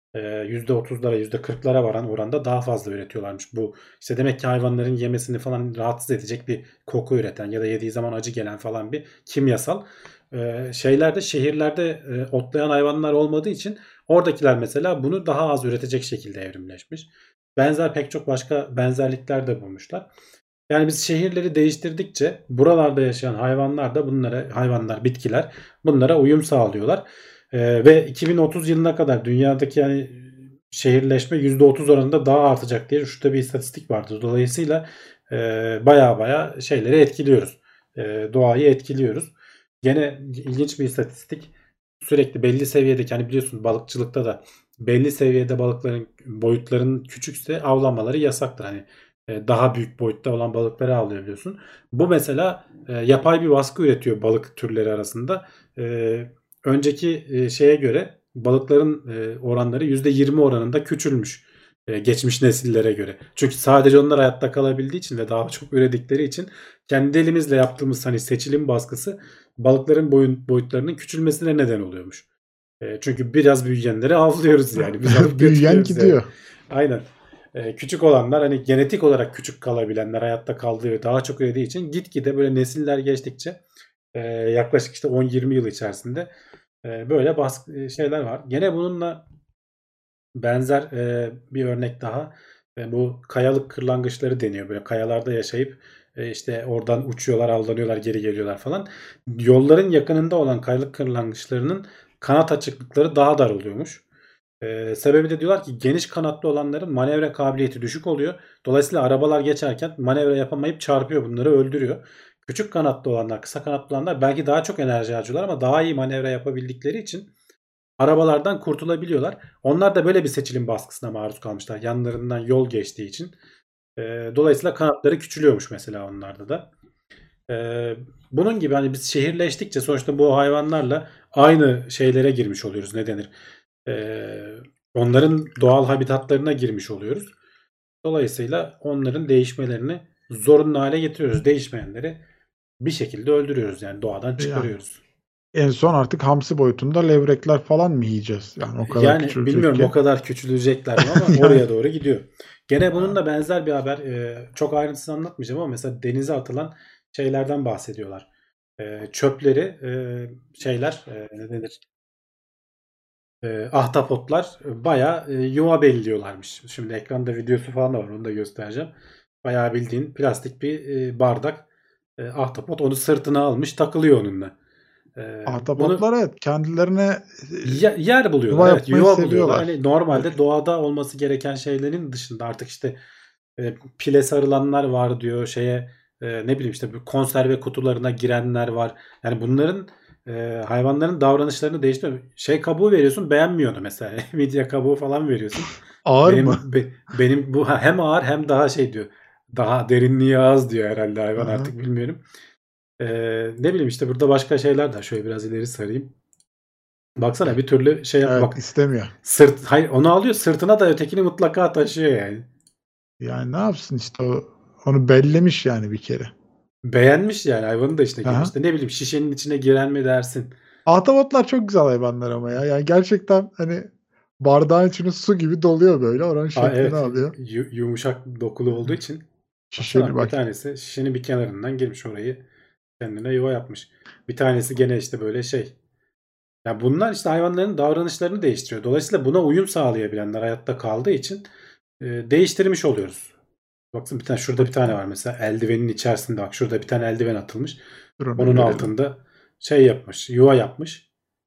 yüzde otuzlara yüzde kırklara varan oranda daha fazla üretiyorlarmış. Bu işte demek ki hayvanların yemesini falan rahatsız edecek bir koku üreten ya da yediği zaman acı gelen falan bir kimyasal. Ee, şeylerde şehirlerde e, otlayan hayvanlar olmadığı için oradakiler mesela bunu daha az üretecek şekilde evrimleşmiş. Benzer pek çok başka benzerlikler de bulmuşlar. Yani biz şehirleri değiştirdikçe buralarda yaşayan hayvanlar da bunlara hayvanlar, bitkiler bunlara uyum sağlıyorlar. Ee, ve iki bin otuz yılına kadar dünyadaki yani şehirleşme yüzde otuz oranında daha artacak diye şurada bir istatistik vardı. Dolayısıyla e, baya baya şeyleri etkiliyoruz. E, doğayı etkiliyoruz. Gene ilginç bir istatistik. Sürekli belli seviyedeki hani biliyorsun balıkçılıkta da belli seviyede balıkların boyutlarının küçükse avlanmaları yasaktır. Hani e, daha büyük boyutta olan balıkları avlayabiliyorsun. Bu mesela e, yapay bir baskı üretiyor balık türleri arasında. E, önceki e, şeye göre balıkların e, oranları yüzde yirmi oranında küçülmüş. E, geçmiş nesillere göre. Çünkü sadece onlar hayatta kalabildiği için ve daha çok üredikleri için kendi elimizle yaptığımız hani seçilim baskısı balıkların boyun, boyutlarının küçülmesine neden oluyormuş. E, çünkü biraz büyüyenleri avlıyoruz yani. Biz alıp Büyüyen götürüyoruz yani. gidiyor. Aynen. E, küçük olanlar hani genetik olarak küçük kalabilenler hayatta kaldığı ve daha çok ürediği için gitgide böyle nesiller geçtikçe e, yaklaşık işte on yirmi yıl içerisinde e, böyle baskı şeyler var. Gene bununla benzer e, bir örnek daha. E, bu kayalık kırlangıçları deniyor. Böyle kayalarda yaşayıp e, işte oradan uçuyorlar, avlanıyorlar, geri geliyorlar falan. Yolların yakınında olan kayalık kırlangıçlarının kanat açıklıkları daha dar oluyormuş. E, sebebi de diyorlar ki geniş kanatlı olanların manevra kabiliyeti düşük oluyor. Dolayısıyla arabalar geçerken manevra yapamayıp çarpıyor, bunları öldürüyor. Küçük kanatlı olanlar, kısa kanatlı olanlar belki daha çok enerji harcıyorlar ama daha iyi manevra yapabildikleri için arabalardan kurtulabiliyorlar. Onlar da böyle bir seçilim baskısına maruz kalmışlar. Yanlarından yol geçtiği için. E, dolayısıyla kanatları küçülüyormuş mesela onlarda da. E, bunun gibi hani biz şehirleştikçe sonuçta bu hayvanlarla aynı şeylere girmiş oluyoruz. Ne denir? E, onların doğal habitatlarına girmiş oluyoruz. Dolayısıyla onların değişmelerini zorunlu hale getiriyoruz. Değişmeyenleri bir şekilde öldürüyoruz. Yani doğadan Yani çıkarıyoruz. en son artık hamsi boyutunda levrekler falan mı yiyeceğiz? Yani o kadar Yani küçülecek bilmiyorum o ki. kadar küçülecekler mi ama Yani oraya doğru gidiyor. Gene bununla benzer bir haber. E, çok ayrıntısını anlatmayacağım ama mesela denize atılan şeylerden bahsediyorlar. E, çöpleri e, şeyler e, ne denir? E, ahtapotlar bayağı e, yuva belliyorlarmış. Şimdi ekranda videosu falan da var, onu da göstereceğim. Bayağı bildiğin plastik bir e, bardak. E, ahtapot onu sırtına almış takılıyor onunla. E, bunu ahtapotlar evet kendilerine e, Ya- yer buluyorlar. yuva Evet, yapmayı yuva buluyorlar. seviyorlar. Hani normalde Evet. doğada olması gereken şeylerin dışında artık işte e, pile sarılanlar var diyor şeye e, ne bileyim işte bu konserve kutularına girenler var. Yani bunların e, hayvanların davranışlarını değiştiriyor. Şey kabuğu veriyorsun, beğenmiyor onu mesela. Midye kabuğu falan veriyorsun. Ağır mı? Benim be- benim bu hem ağır hem daha şey diyor. Daha derinliği az diyor herhalde hayvan, Aha. artık bilmiyorum. E, ne bileyim işte burada başka şeyler de şöyle biraz ileri sarayım. Baksana bir türlü şey yap Evet bak. istemiyor. Sırt, hayır, onu alıyor sırtına da ötekini mutlaka taşıyor yani. Yani ne yapsın işte o, onu bellemiş yani bir kere. Beğenmiş yani hayvanın da işine girmiş. Aha. İşte ne bileyim şişenin içine giren mi dersin. Ahtapotlar çok güzel hayvanlar ama ya. Yani gerçekten hani bardağın içine su gibi doluyor böyle. Oranın Aa, şeklini evet, alıyor. yu- yumuşak dokulu olduğu için. Şişeli Baksana bir bak. tanesi şişenin bir kenarından girmiş orayı kendine yuva yapmış. Bir tanesi gene işte böyle şey Ya bunlar işte hayvanların davranışlarını değiştiriyor. Dolayısıyla buna uyum sağlayabilenler hayatta kaldığı için e, değiştirmiş oluyoruz. Baksana bir tane şurada bir tane var mesela eldivenin içerisinde, bak şurada bir tane eldiven atılmış. Dur onu Onun görelim. altında şey yapmış, yuva yapmış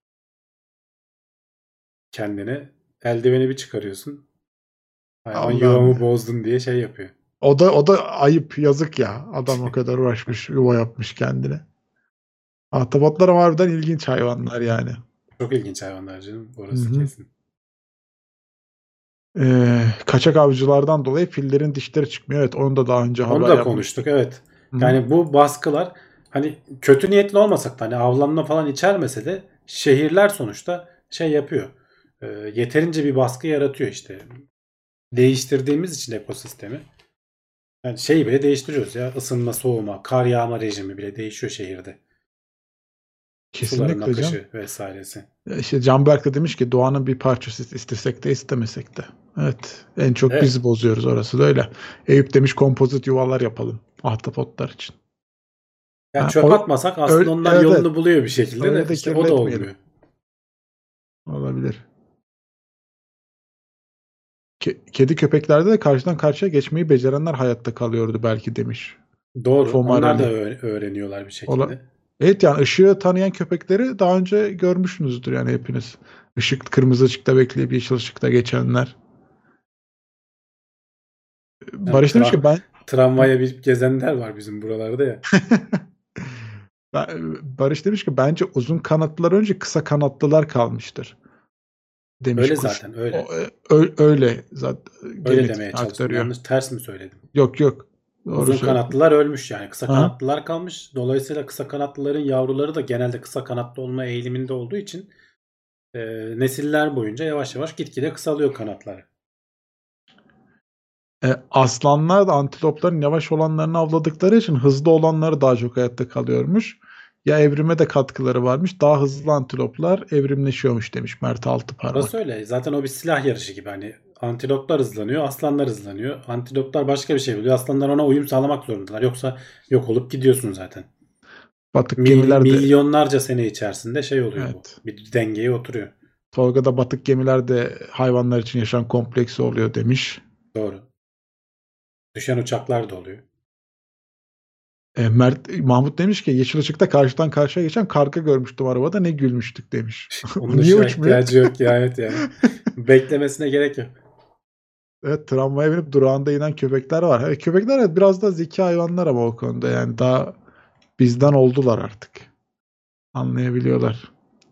kendine. Eldiveni bir çıkarıyorsun. Hayvan yuvamı Allah'ım. bozdun diye şey yapıyor. O da o da ayıp, yazık ya. Adam o kadar uğraşmış, yuva yapmış kendine. Ahtapotlar ama harbiden ilginç hayvanlar yani. Çok ilginç hayvanlar canım. Hı Orası hı. kesin. Ee, kaçak avcılardan dolayı fillerin dişleri çıkmıyor. Evet, onu da daha önce Onu haber da yapmıştık. konuştuk, evet. Hı. Yani bu baskılar hani kötü niyetli olmasak da hani avlanma falan içermese de şehirler sonuçta şey yapıyor. E, yeterince bir baskı yaratıyor işte. Değiştirdiğimiz için ekosistemi. Yani şeyi bile değiştiriyoruz ya. Isınma, soğuma, kar yağma rejimi bile değişiyor şehirde. Suların Kesinlikle can. akışı vesairesi. İşte Canberk de demiş ki doğanın bir parçası, istesek de istemesek de. Evet. En çok Evet. biz bozuyoruz, orası da öyle. Eyüp demiş kompozit yuvalar yapalım ahtapotlar için. Ya Ha, çöp o, atmasak aslında öyle, onlar evet, evet. yolunu buluyor bir şekilde Öyle de de işte o da kirletmeyelim. olmuyor. Olabilir. Ke- kedi köpeklerde de karşıdan karşıya geçmeyi becerenler hayatta kalıyordu belki demiş. Doğru. Onlar da Fomarali. öğ- öğreniyorlar bir Ola şekilde. evet, yani ışığı tanıyan köpekleri daha önce görmüşsünüzdür yani hepiniz. Işık kırmızı ışıkta bekleyip yeşil ışıkta geçenler. Yani Barış demiş tra ki ben tramvaya bir gezenler var bizim buralarda ya. Ben- Barış demiş ki bence uzun kanatlılar önce kısa kanatlılar kalmıştır demiş Öyle kuş. zaten O, öyle. e, ö- öyle zaten Öyle genetik demeye çalıştım. aktarıyor. Yanlış, ters mi söyledim? Yok yok. Doğru Uzun söyledin. kanatlılar ölmüş yani. Kısa Aha. kanatlılar kalmış. Dolayısıyla kısa kanatlıların yavruları da genelde kısa kanatlı olma eğiliminde olduğu için e, nesiller boyunca yavaş yavaş gitgide kısalıyor kanatları. E, aslanlar da antilopların yavaş olanlarını avladıkları için hızlı olanları daha çok hayatta kalıyormuş. Ya evrime de katkıları varmış. Daha hızlı antiloplar evrimleşiyormuş demiş Mert Orası Altıparmak. öyle. Zaten o bir silah yarışı gibi. Hani antiloplar hızlanıyor, aslanlar hızlanıyor. Antiloplar başka bir şey biliyor. Aslanlar ona uyum sağlamak zorundalar. Yoksa yok olup gidiyorsun zaten. Batık Mil- gemiler de milyonlarca sene içerisinde şey oluyor bu. evet. Bir dengeye oturuyor. Tolga'da batık gemiler de hayvanlar için yaşam kompleksi oluyor demiş. Doğru. Düşen uçaklar da oluyor. E, Mert Mahmut demiş ki yeşil ışıkta karşıdan karşıya geçen karga görmüştüm arabada, ne gülmüştük demiş. Onun Niye ışığa uçmuyor? ihtiyacı yok ya, evet yani. Beklemesine gerek yok. Evet, tramvaya binip durağında inen köpekler var. Evet, köpekler evet, biraz da zeki hayvanlar ama o konuda yani daha bizden oldular artık. Anlayabiliyorlar.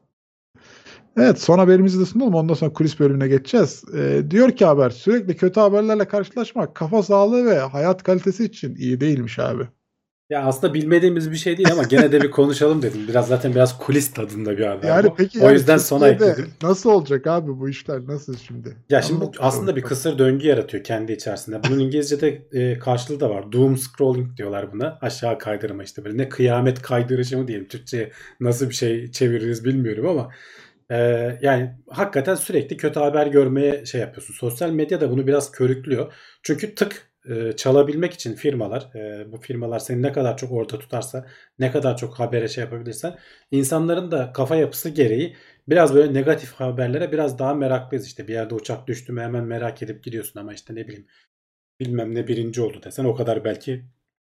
Evet, son haberimizi de sunalım. Ondan sonra kulis bölümüne geçeceğiz. E, diyor ki haber, sürekli kötü haberlerle karşılaşmak kafa sağlığı ve hayat kalitesi için iyi değilmiş abi. Ya aslında bilmediğimiz bir şey değil ama gene de bir konuşalım dedim. Biraz zaten biraz kulis tadında bir haber Yani bu. peki O yani yüzden sona Türkiye'de ekledim. nasıl olacak abi bu işler, nasıl şimdi? Ya şimdi bu Anlat aslında bir bakalım. kısır döngü yaratıyor kendi içerisinde. Bunun İngilizce'de e, karşılığı da var. Doom scrolling diyorlar buna. Aşağı kaydırma işte böyle. Ne kıyamet kaydırışı mı diyelim. Türkçe'ye nasıl bir şey çeviririz bilmiyorum ama e, yani hakikaten sürekli kötü haber görmeye şey yapıyorsun. Sosyal medya da bunu biraz körüklüyor. Çünkü tık e, çalabilmek için firmalar, e, bu firmalar seni ne kadar çok orada tutarsa, ne kadar çok habere şey yapabilirsen, insanların da kafa yapısı gereği biraz böyle negatif haberlere biraz daha meraklıyız. İşte bir yerde uçak düştü mü hemen merak edip gidiyorsun ama işte ne bileyim bilmem ne birinci oldu desen o kadar belki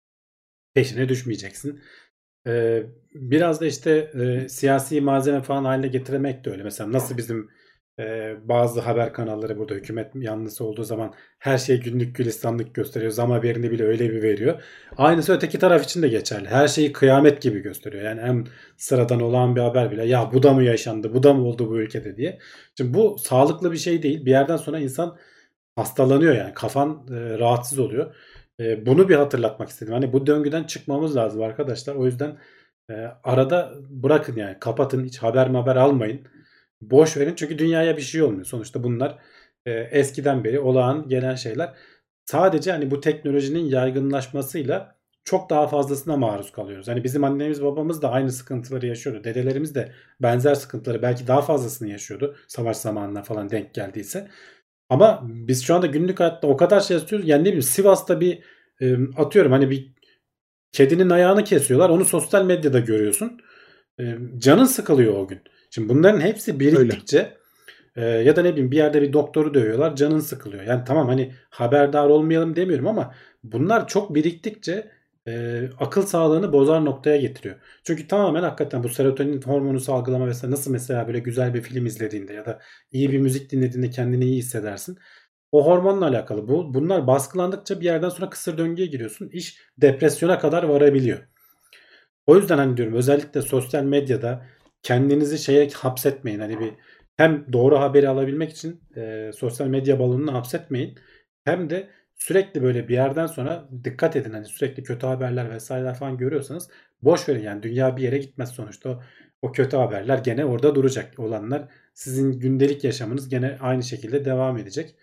peşine düşmeyeceksin. Ee, biraz da işte e, siyasi malzeme falan haline getirmek de öyle. Mesela nasıl bizim e, bazı haber kanalları burada hükümet yanlısı olduğu zaman her şey günlük gülistanlık gösteriyor. Zam haberini bile öyle bir veriyor. Aynısı öteki taraf için de geçerli. Her şeyi kıyamet gibi gösteriyor. Yani en sıradan olan bir haber bile ya bu da mı yaşandı, bu da mı oldu bu ülkede diye. Şimdi bu sağlıklı bir şey değil. Bir yerden sonra insan hastalanıyor yani. Kafan e, rahatsız oluyor. E, bunu bir hatırlatmak istedim. Hani bu döngüden çıkmamız lazım arkadaşlar. O yüzden e, arada bırakın yani. Kapatın. Hiç haber haber almayın. Boş verin çünkü dünyaya bir şey olmuyor. Sonuçta bunlar e, eskiden beri olağan gelen şeyler. Sadece hani bu teknolojinin yaygınlaşmasıyla çok daha fazlasına maruz kalıyoruz. Hani bizim annemiz babamız da aynı sıkıntıları yaşıyordu. Dedelerimiz de benzer sıkıntıları belki daha fazlasını yaşıyordu. Savaş zamanına falan denk geldiyse. Ama biz şu anda günlük hayatta o kadar şey istiyoruz. Yani ne bileyim Sivas'ta bir e, atıyorum hani bir kedinin ayağını kesiyorlar. Onu sosyal medyada görüyorsun. E, canın sıkılıyor o gün. Şimdi bunların hepsi biriktikçe e, ya da ne bileyim bir yerde bir doktoru dövüyorlar, canın sıkılıyor. Yani tamam hani haberdar olmayalım demiyorum ama bunlar çok biriktikçe e, akıl sağlığını bozar noktaya getiriyor. Çünkü tamamen hakikaten bu serotonin hormonu salgılama vesaire nasıl mesela böyle güzel bir film izlediğinde ya da iyi bir müzik dinlediğinde kendini iyi hissedersin. O hormonla alakalı. Bu bunlar baskılandıkça bir yerden sonra kısır döngüye giriyorsun. İş depresyona kadar varabiliyor. O yüzden hani diyorum özellikle sosyal medyada kendinizi şeye hapsetmeyin. Hani bir hem doğru haberi alabilmek için e, sosyal medya balonunu hapsetmeyin. Hem de sürekli böyle bir yerden sonra dikkat edin. Hani sürekli kötü haberler vesaireler falan görüyorsanız boş verin yani dünya bir yere gitmez sonuçta. O, o kötü haberler gene orada duracak olanlar. Sizin gündelik yaşamınız gene aynı şekilde devam edecek.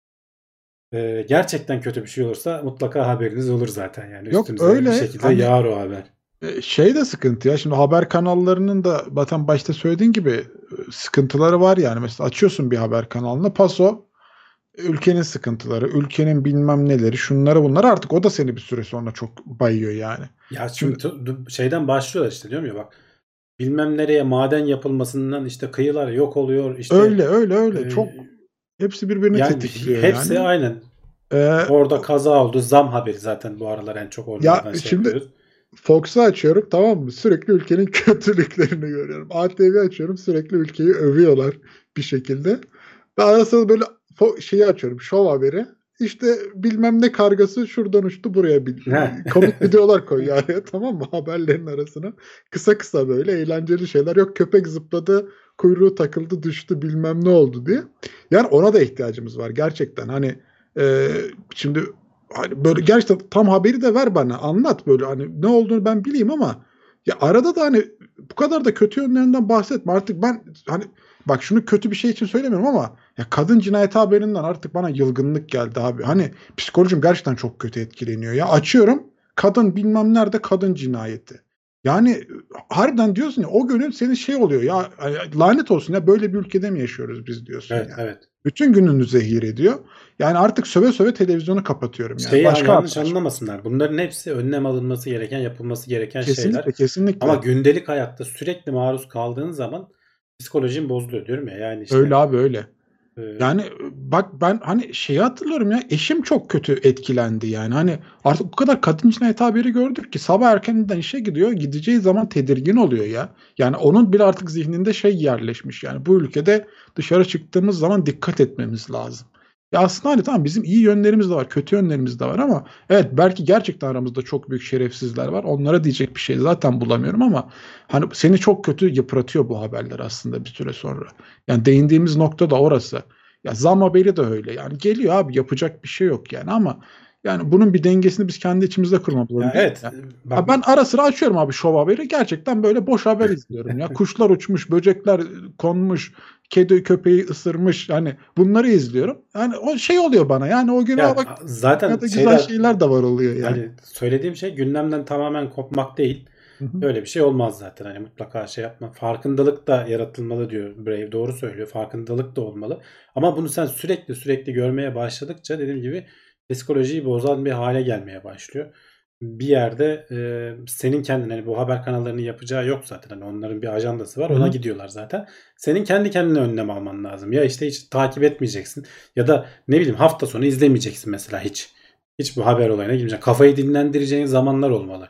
Ee, gerçekten kötü bir şey olursa mutlaka haberiniz olur zaten yani Yok üstünüze öyle bir şekilde hani yağar o haber. e, şey de sıkıntı ya. Şimdi haber kanallarının da zaten başta söylediğin gibi e, sıkıntıları var yani. Mesela açıyorsun bir haber kanalını, paso ülkenin sıkıntıları, ülkenin bilmem neleri, şunları bunları, artık o da seni bir süre sonra çok bayıyor yani. Ya Şimdi çünkü tu- şeyden başlıyorlar işte diyorum ya bak bilmem nereye maden yapılmasından işte kıyılar yok oluyor işte öyle öyle e, öyle çok hepsi birbirini yani tetikliyor hepsi yani. aynen Ee, orada kaza oldu zam haberi zaten bu aralar en çok ya onlardan şey şimdi yapıyoruz. Fox'u açıyorum, tamam mı? Sürekli ülkenin kötülüklerini görüyorum. A T V açıyorum, sürekli ülkeyi övüyorlar bir şekilde. Ve arasında böyle fo- şeyi açıyorum, şov haberi. İşte bilmem ne kargası şuradan uçtu buraya. Bir, Heh. komik videolar koyuyor araya, tamam mı? Haberlerin arasına. Kısa kısa böyle eğlenceli şeyler. Yok köpek zıpladı, kuyruğu takıldı, düştü, bilmem ne oldu diye. Yani ona da ihtiyacımız var gerçekten. Hani e, şimdi hani böyle gerçekten tam haberi de ver bana. Anlat böyle, hani ne olduğunu ben bileyim ama ya arada da hani bu kadar da kötü yönlerinden bahsetme. Artık ben hani bak, şunu kötü bir şey için söylemiyorum ama ya kadın cinayeti haberinden artık bana yılgınlık geldi abi. Hani psikolojim gerçekten çok kötü etkileniyor. Ya açıyorum, kadın bilmem nerede kadın cinayeti. Yani harbiden diyorsun ya, o günün senin şey oluyor ya, hani lanet olsun ya, böyle bir ülkede mi yaşıyoruz biz diyorsun Evet ya. evet. Bütün gününü zehir ediyor. Yani artık söve söve televizyonu kapatıyorum yani. Şeyi Başka yanlış haber. anlamasınlar. Bunların hepsi önlem alınması gereken, yapılması gereken şeyler. Kesinlikle Ama kesinlikle. gündelik hayatta sürekli maruz kaldığın zaman psikolojin bozuluyor diyorum ya. Yani işte Öyle abi öyle. e, Yani bak, ben hani şeyi hatırlıyorum ya, eşim çok kötü etkilendi yani. Hani artık o kadar kadın cinayeti haberi gördük ki sabah erkeninden işe gidiyor, gideceği zaman tedirgin oluyor ya. Yani onun bile artık zihninde şey yerleşmiş, yani bu ülkede dışarı çıktığımız zaman dikkat etmemiz lazım. Ya aslında hani tamam, bizim iyi yönlerimiz de var, kötü yönlerimiz de var ama evet, belki gerçekten aramızda çok büyük şerefsizler var. Onlara diyecek bir şey zaten bulamıyorum ama hani seni çok kötü yıpratıyor bu haberler aslında bir süre sonra. Yani değindiğimiz nokta da orası. Ya zam haberi de öyle. Yani geliyor abi, yapacak bir şey yok yani ama yani bunun bir dengesini biz kendi içimizde kurmamız ya lazım. evet Ya. e, Ha, bak ben ara sıra açıyorum abi şov haberi. Gerçekten böyle boş haber izliyorum ya. Kuşlar uçmuş, böcekler konmuş, kedi köpeği ısırmış. Hani bunları izliyorum. Yani o şey oluyor bana. Yani o gün o ya bak, zaten ya da güzel şeyler şeyler de var oluyor yani. hani söylediğim şey gündemden tamamen kopmak değil. Hı hı. Öyle bir şey olmaz zaten. Hani mutlaka şey yapma. Farkındalık da yaratılmalı diyor Brave. Doğru söylüyor. Farkındalık da olmalı. Ama bunu sen sürekli sürekli görmeye başladıkça dediğim gibi psikolojiyi bozan bir hale gelmeye başlıyor. Bir yerde e, senin kendin hani bu haber kanallarının yapacağı yok zaten. Hani onların bir ajandası var. Hı Ona hı. gidiyorlar zaten. Senin kendi kendine önlem alman lazım. Ya işte hiç takip etmeyeceksin. Ya da ne bileyim hafta sonu izlemeyeceksin mesela hiç. Hiç bu haber olayına girmeyeceksin. Kafayı dinlendireceğin zamanlar olmalı.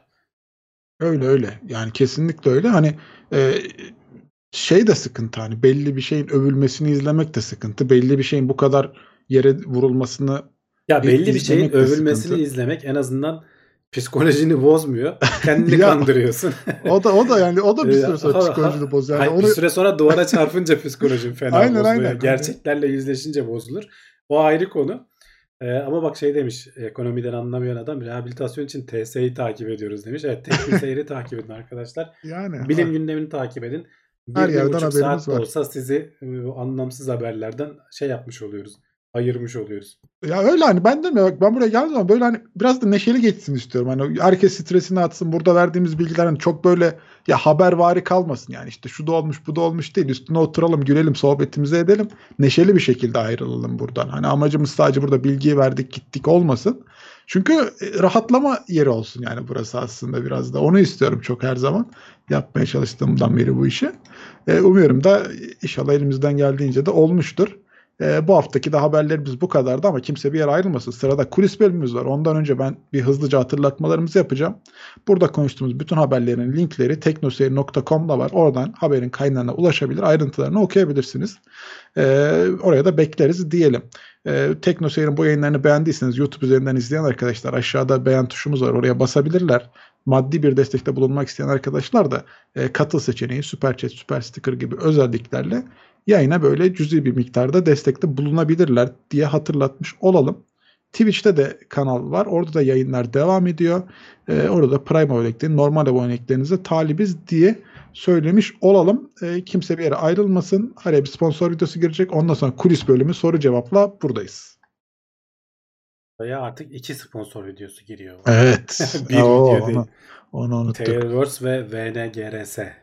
Öyle öyle. Yani kesinlikle öyle. Hani e, şey de sıkıntı, hani belli bir şeyin övülmesini izlemek de sıkıntı. Belli bir şeyin bu kadar yere vurulmasını Ya i- belli bir şeyin izlemek de övülmesini sıkıntı. izlemek en azından psikolojini bozmuyor. Kendini Ya kandırıyorsun. o da o da yani o da bir Ee, süre sonra ha- psikolojini ha- bozuyor. Yani hay- bir onu süre sonra duvara çarpınca psikolojin fena aynen bozuluyor. aynen hani Gerçeklerle yüzleşince bozulur. O ayrı konu. Ee, ama bak şey demiş, ekonomiden anlamayan adam rehabilitasyon için T S'yi takip ediyoruz demiş. Evet, teknik seyri takip edin arkadaşlar. yani Bilim ha, gündemini takip edin. her Bir, bir yerden buçuk haberimiz saat de var. olsa sizi e, bu anlamsız haberlerden şey yapmış oluyoruz. Ayırmış oluyoruz. Ya öyle hani, ben de mi bak, ben buraya geldiğim zaman böyle hani biraz da neşeli geçsin istiyorum. Hani herkes stresini atsın. Burada verdiğimiz bilgiler hani çok böyle ya habervari kalmasın yani, işte şu da olmuş bu da olmuş değil. Üstüne oturalım, gülelim, sohbetimizi edelim. Neşeli bir şekilde ayrılalım buradan. Hani amacımız sadece burada bilgiyi verdik gittik olmasın. Çünkü e, rahatlama yeri olsun yani burası aslında biraz da. Onu istiyorum çok her zaman. Yapmaya çalıştığımdan beri bu işi. E, umuyorum da inşallah elimizden geldiğince de olmuştur. E, bu haftaki de haberlerimiz bu kadardı ama kimse bir yere ayrılmasın. Sırada kulis bölümümüz var. Ondan önce ben bir hızlıca hatırlatmalarımızı yapacağım. Burada konuştuğumuz bütün haberlerin linkleri teknoseyir nokta com'da var. Oradan haberin kaynağına ulaşabilir, ayrıntılarını okuyabilirsiniz. E, oraya da bekleriz diyelim. E, Teknoseyir'in bu yayınlarını beğendiyseniz YouTube üzerinden izleyen arkadaşlar aşağıda beğen tuşumuz var. Oraya basabilirler. Maddi bir destekte bulunmak isteyen arkadaşlar da e, katıl seçeneği, süper chat, süper sticker gibi özelliklerle yayına böyle cüzi bir miktarda destekte bulunabilirler diye hatırlatmış olalım. Twitch'te de kanal var. Orada da yayınlar devam ediyor. Ee, orada da Prime abonelikleri, normal aboneliklerinize talibiz diye söylemiş olalım. Ee, kimse bir yere ayrılmasın. Araya bir sponsor videosu girecek. Ondan sonra kulis bölümü soru cevapla buradayız. Buraya artık iki sponsor videosu giriyor. Evet. Bir Oo, video değil. onu, onu unuttuk. Tailwords ve V N G R S.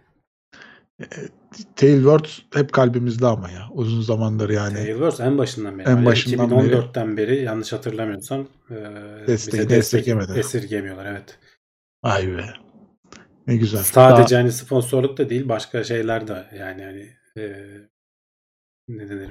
Tailwords hep kalbimizde ama ya. Uzun zamandır yani. Tailwords en başından beri. En var. başından iki bin on dörtten beri. beri yanlış hatırlamıyorsam e, Desteği bize destek desteklemedi. esirgemiyorlar. Evet. Vay be. Ne güzel. Sadece Daha... hani sponsorluk da değil, başka şeyler de yani hani e, ne denir?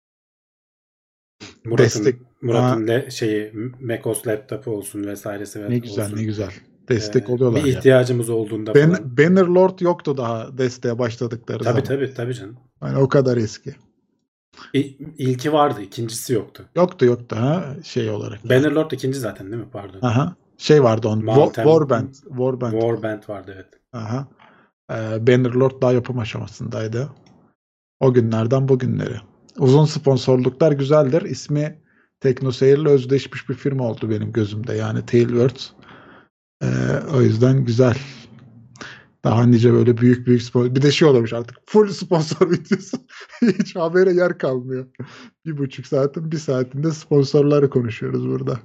Murat'ın Destek. Murat'ın le, şeyi macOS laptopu olsun vesairesi Ne güzel olsun. ne güzel. Destek Ee, oluyorlar bir ya. ihtiyacımız olduğunda Ben, falan. Bannerlord yoktu daha desteğe başladıkları Tabii zaman. tabii tabii canım. Yani o kadar eski. İ, ilki vardı, ikincisi yoktu. Yoktu yoktu ha şey olarak. Yani. Bannerlord ikinci zaten değil mi? Pardon. Aha. Şey vardı onun. War, Warband. Warband. Warband vardı evet. Aha. Ee, Bannerlord daha yapım aşamasındaydı. O günlerden bugünleri. Uzun sponsorluklar güzeldir. İsmi TeknoSeyir'le özdeşmiş bir firma oldu benim gözümde. Yani Tailwords. Ee, o yüzden güzel. Daha nice böyle büyük büyük sponsor. Bir de şey olmuş artık. Full sponsor videosu. Hiç habere yer kalmıyor. Bir buçuk saatin bir saatinde sponsorları konuşuyoruz burada.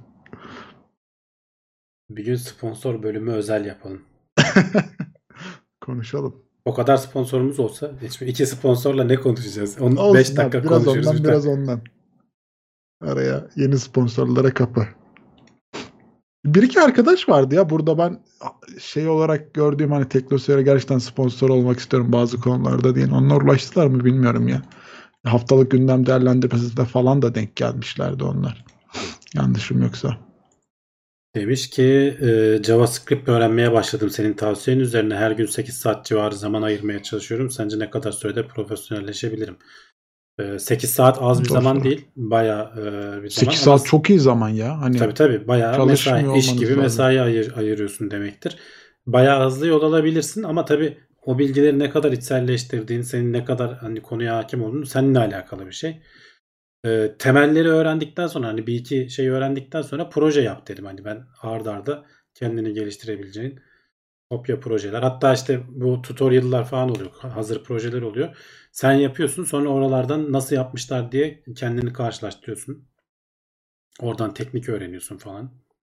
Bir gün sponsor bölümü özel yapalım. Konuşalım. O kadar sponsorumuz olsa iki sponsorla ne konuşacağız? Olsun beş dakika abi, biraz konuşuruz. ondan biraz ondan. Araya yeni sponsorlara kapı. Bir iki arkadaş vardı ya burada ben şey olarak gördüğüm hani TeknoSeyir'e gerçekten sponsor olmak istiyorum bazı konularda diye. Onlar ulaştılar mı bilmiyorum ya. Haftalık gündem değerlendirmesinde falan da denk gelmişlerdi onlar. Yanlışım yoksa. Demiş ki e, JavaScript öğrenmeye başladım. Senin tavsiyenin üzerine her gün sekiz saat civarı zaman ayırmaya çalışıyorum. Sence ne kadar sürede profesyonelleşebilirim? E, sekiz saat az bir Doğru zaman soru. değil. Bayağı e, bir zaman. sekiz saat çok iyi zaman ya. Hani tabii tabii bayağı mesai, iş gibi lazım. mesai ayır, ayırıyorsun demektir. Bayağı hızlı yol alabilirsin ama tabii o bilgileri ne kadar içselleştirdiğin, senin ne kadar hani konuya hakim olduğun seninle alakalı bir şey. E, temelleri öğrendikten sonra hani bir iki şey öğrendikten sonra proje yap dedim. Hani ben ard arda kendini geliştirebileceğin kopya projeler. Hatta işte bu tutorial'lar falan oluyor. Hazır projeler oluyor. Sen yapıyorsun sonra oralardan nasıl yapmışlar diye kendini karşılaştırıyorsun. Oradan teknik öğreniyorsun falan.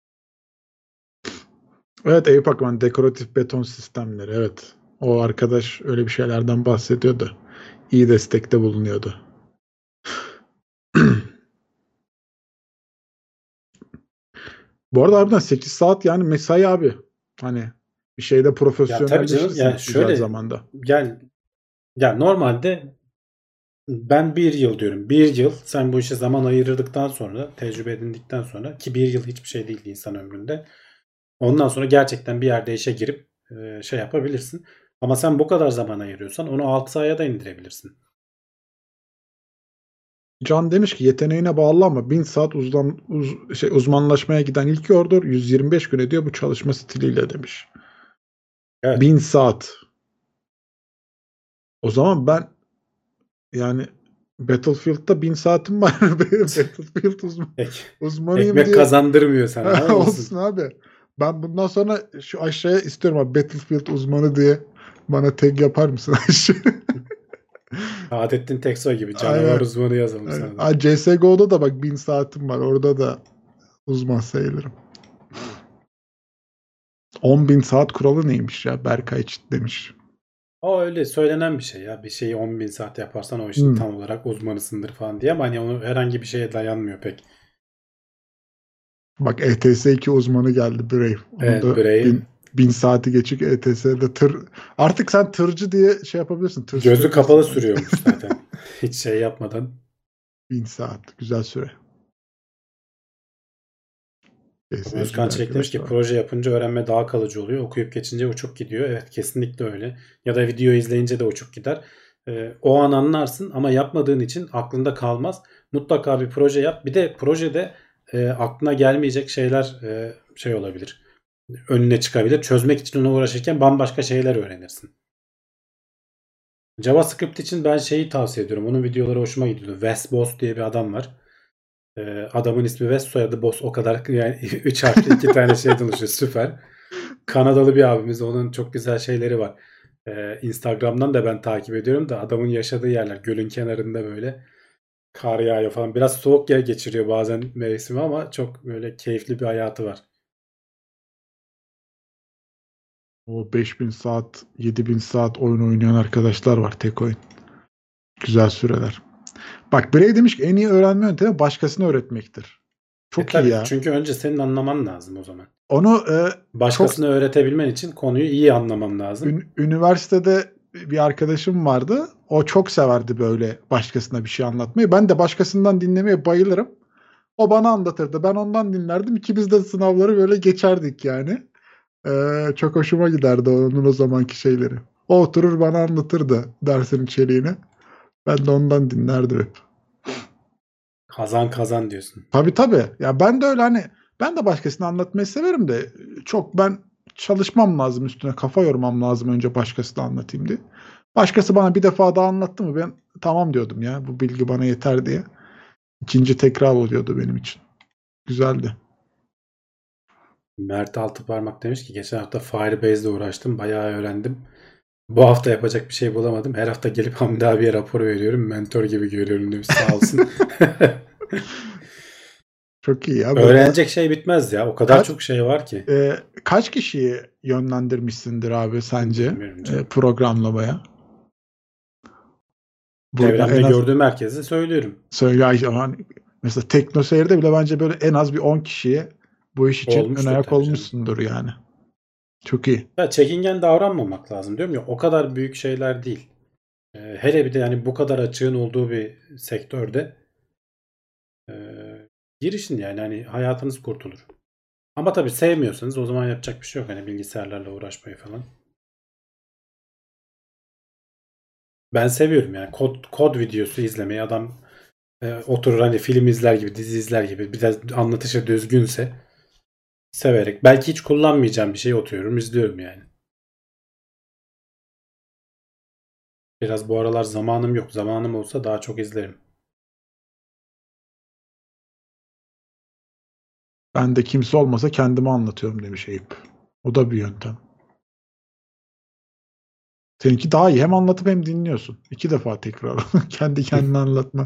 Evet Eyüp Akman dekoratif beton sistemleri evet. O arkadaş öyle bir şeylerden bahsediyordu. İyi destekte bulunuyordu. Bu arada harbiden sekiz saat yani mesai abi. Hani bir şeyde profesyonelleşirsin ya güzel şöyle, zamanda. Gel ya normalde ben bir yıl diyorum. Bir yıl sen bu işe zaman ayırdıktan sonra tecrübe edindikten sonra ki bir yıl hiçbir şey değil insan ömründe. Ondan sonra gerçekten bir yerde işe girip e, şey yapabilirsin. Ama sen bu kadar zaman ayırıyorsan onu altı aya da indirebilirsin. Can demiş ki yeteneğine bağlı ama bin saat uzman, uz, şey, uzmanlaşmaya giden ilk yordur. yüz yirmi beş gün ediyor bu çalışma stiliyle demiş. Evet. bin saat. O zaman ben yani Battlefield'da bin saatim var. Battlefield uzman, uzmanıyım Ekmek diye. kazandırmıyor sana ama olsun. Olsun abi. Ben bundan sonra şu aşağıya istiyorum abi Battlefield uzmanı diye bana tag yapar mısın aşağı? Saadettin Teksoy gibi canavar Aynen. uzmanı yazalım Aynen. sana. Aa, C S G O'da da bak bin saatim var. Orada da uzman sayılırım. on bin saat kuralı neymiş ya? Berkay Çit demiş. O öyle söylenen bir şey ya. Bir şeyi on bin saat yaparsan o işin Hmm. tam olarak uzmanısındır falan diye ama hani onu herhangi bir şeye dayanmıyor pek. Bak E T S iki uzmanı geldi Brave. Onun Evet, da Brave. bin, bin saati geçik E T S'de tır. Artık sen tırcı diye şey yapabilirsin. Tır Gözü sürebilirsin kapalı bence. sürüyormuş zaten. Hiç şey yapmadan. Bin saat. Güzel süre. Özkan Besleyiciler Çelik demiş ki arkadaşlar. proje yapınca öğrenme daha kalıcı oluyor. Okuyup geçince uçup gidiyor. Evet, kesinlikle öyle. Ya da video izleyince de uçup gider. Ee, o an anlarsın ama yapmadığın için aklında kalmaz. Mutlaka bir proje yap. Bir de projede e, aklına gelmeyecek şeyler e, şey olabilir. Önüne çıkabilir. Çözmek için ona uğraşırken bambaşka şeyler öğrenirsin. JavaScript için ben şeyi tavsiye ediyorum. Onun videoları hoşuma gidiyor. Wes Bos diye bir adam var. Ee, adamın ismi Wes, soyadı Bos. O kadar yani üç harfli iki tane şeyden oluşuyor. Süper. Kanadalı bir abimiz. Onun çok güzel şeyleri var. Ee, Instagram'dan da ben takip ediyorum da adamın yaşadığı yerler gölün kenarında böyle kar yağıyor falan. Biraz soğuk yer geçiriyor bazen mevsimi ama çok böyle keyifli bir hayatı var. O beş bin saat, yedi bin saat oyun oynayan arkadaşlar var tek oyun. Güzel süreler. Bak Bray demiş ki en iyi öğrenme yöntemi başkasına öğretmektir. E Çok iyi tabii, ya. çünkü önce senin anlaman lazım o zaman. Onu e, çok Başkasına öğretebilmen için konuyu iyi anlaman lazım. ün- üniversitede bir arkadaşım vardı. O çok severdi böyle başkasına bir şey anlatmayı. Ben de başkasından dinlemeye bayılırım. O bana anlatırdı. Ben ondan dinlerdim. İkimiz de sınavları böyle geçerdik yani. Ee, çok hoşuma giderdi onun o zamanki şeyleri. O oturur bana anlatırdı dersin içeriğini. Ben de ondan dinlerdim hep. Kazan kazan diyorsun. Tabii tabii. Ya ben de öyle hani ben de başkasına anlatmayı severim de çok ben çalışmam lazım üstüne kafa yormam lazım önce başkasına anlatayım diye. Başkası bana bir defa daha anlattı mı ben tamam diyordum ya bu bilgi bana yeter diye. İkinci tekrar oluyordu benim için. Güzeldi. Mert Altıparmak demiş ki geçen hafta Firebase'de uğraştım. Bayağı öğrendim. Bu hafta yapacak bir şey bulamadım. Her hafta gelip Hamdi abiye rapor veriyorum. Mentor gibi görüyorum demiş, sağ olsun. Çok iyi ya. Burada Öğrenecek şey bitmez ya. O kadar Kaç- çok şey var ki. e, kaç kişiyi yönlendirmişsindir abi sence Bilmiyorum canım. e, programlamaya? Burada Çevremde en az gördüğüm herkese söylüyorum. söyle hani mesela TeknoSeyir'de bile bence böyle en az bir on kişiye bu iş için ön Olmuştur ayak tabii canım. olmuşsundur yani. Çok iyi. Ya çekingen davranmamak lazım diyorum ya. O kadar büyük şeyler değil. Ee, hele bir de yani bu kadar açığın olduğu bir sektörde e, girişin yani hani hayatınız kurtulur. Ama tabii sevmiyorsanız o zaman yapacak bir şey yok. Hani bilgisayarlarla uğraşmayı falan. Ben seviyorum yani kod kod videosu izlemeyi. Adam e, oturur hani film izler gibi, dizi izler gibi, bir de anlatışı düzgünse severek. Belki hiç kullanmayacağım bir şey oturuyorum, izliyorum yani. Biraz bu aralar zamanım yok. Zamanım olsa daha çok izlerim. Ben de kimse olmasa kendime anlatıyorum demiş Eyüp. O da bir yöntem. Seninki daha iyi. Hem anlatıp hem dinliyorsun. İki defa tekrar. Kendi kendine anlatma.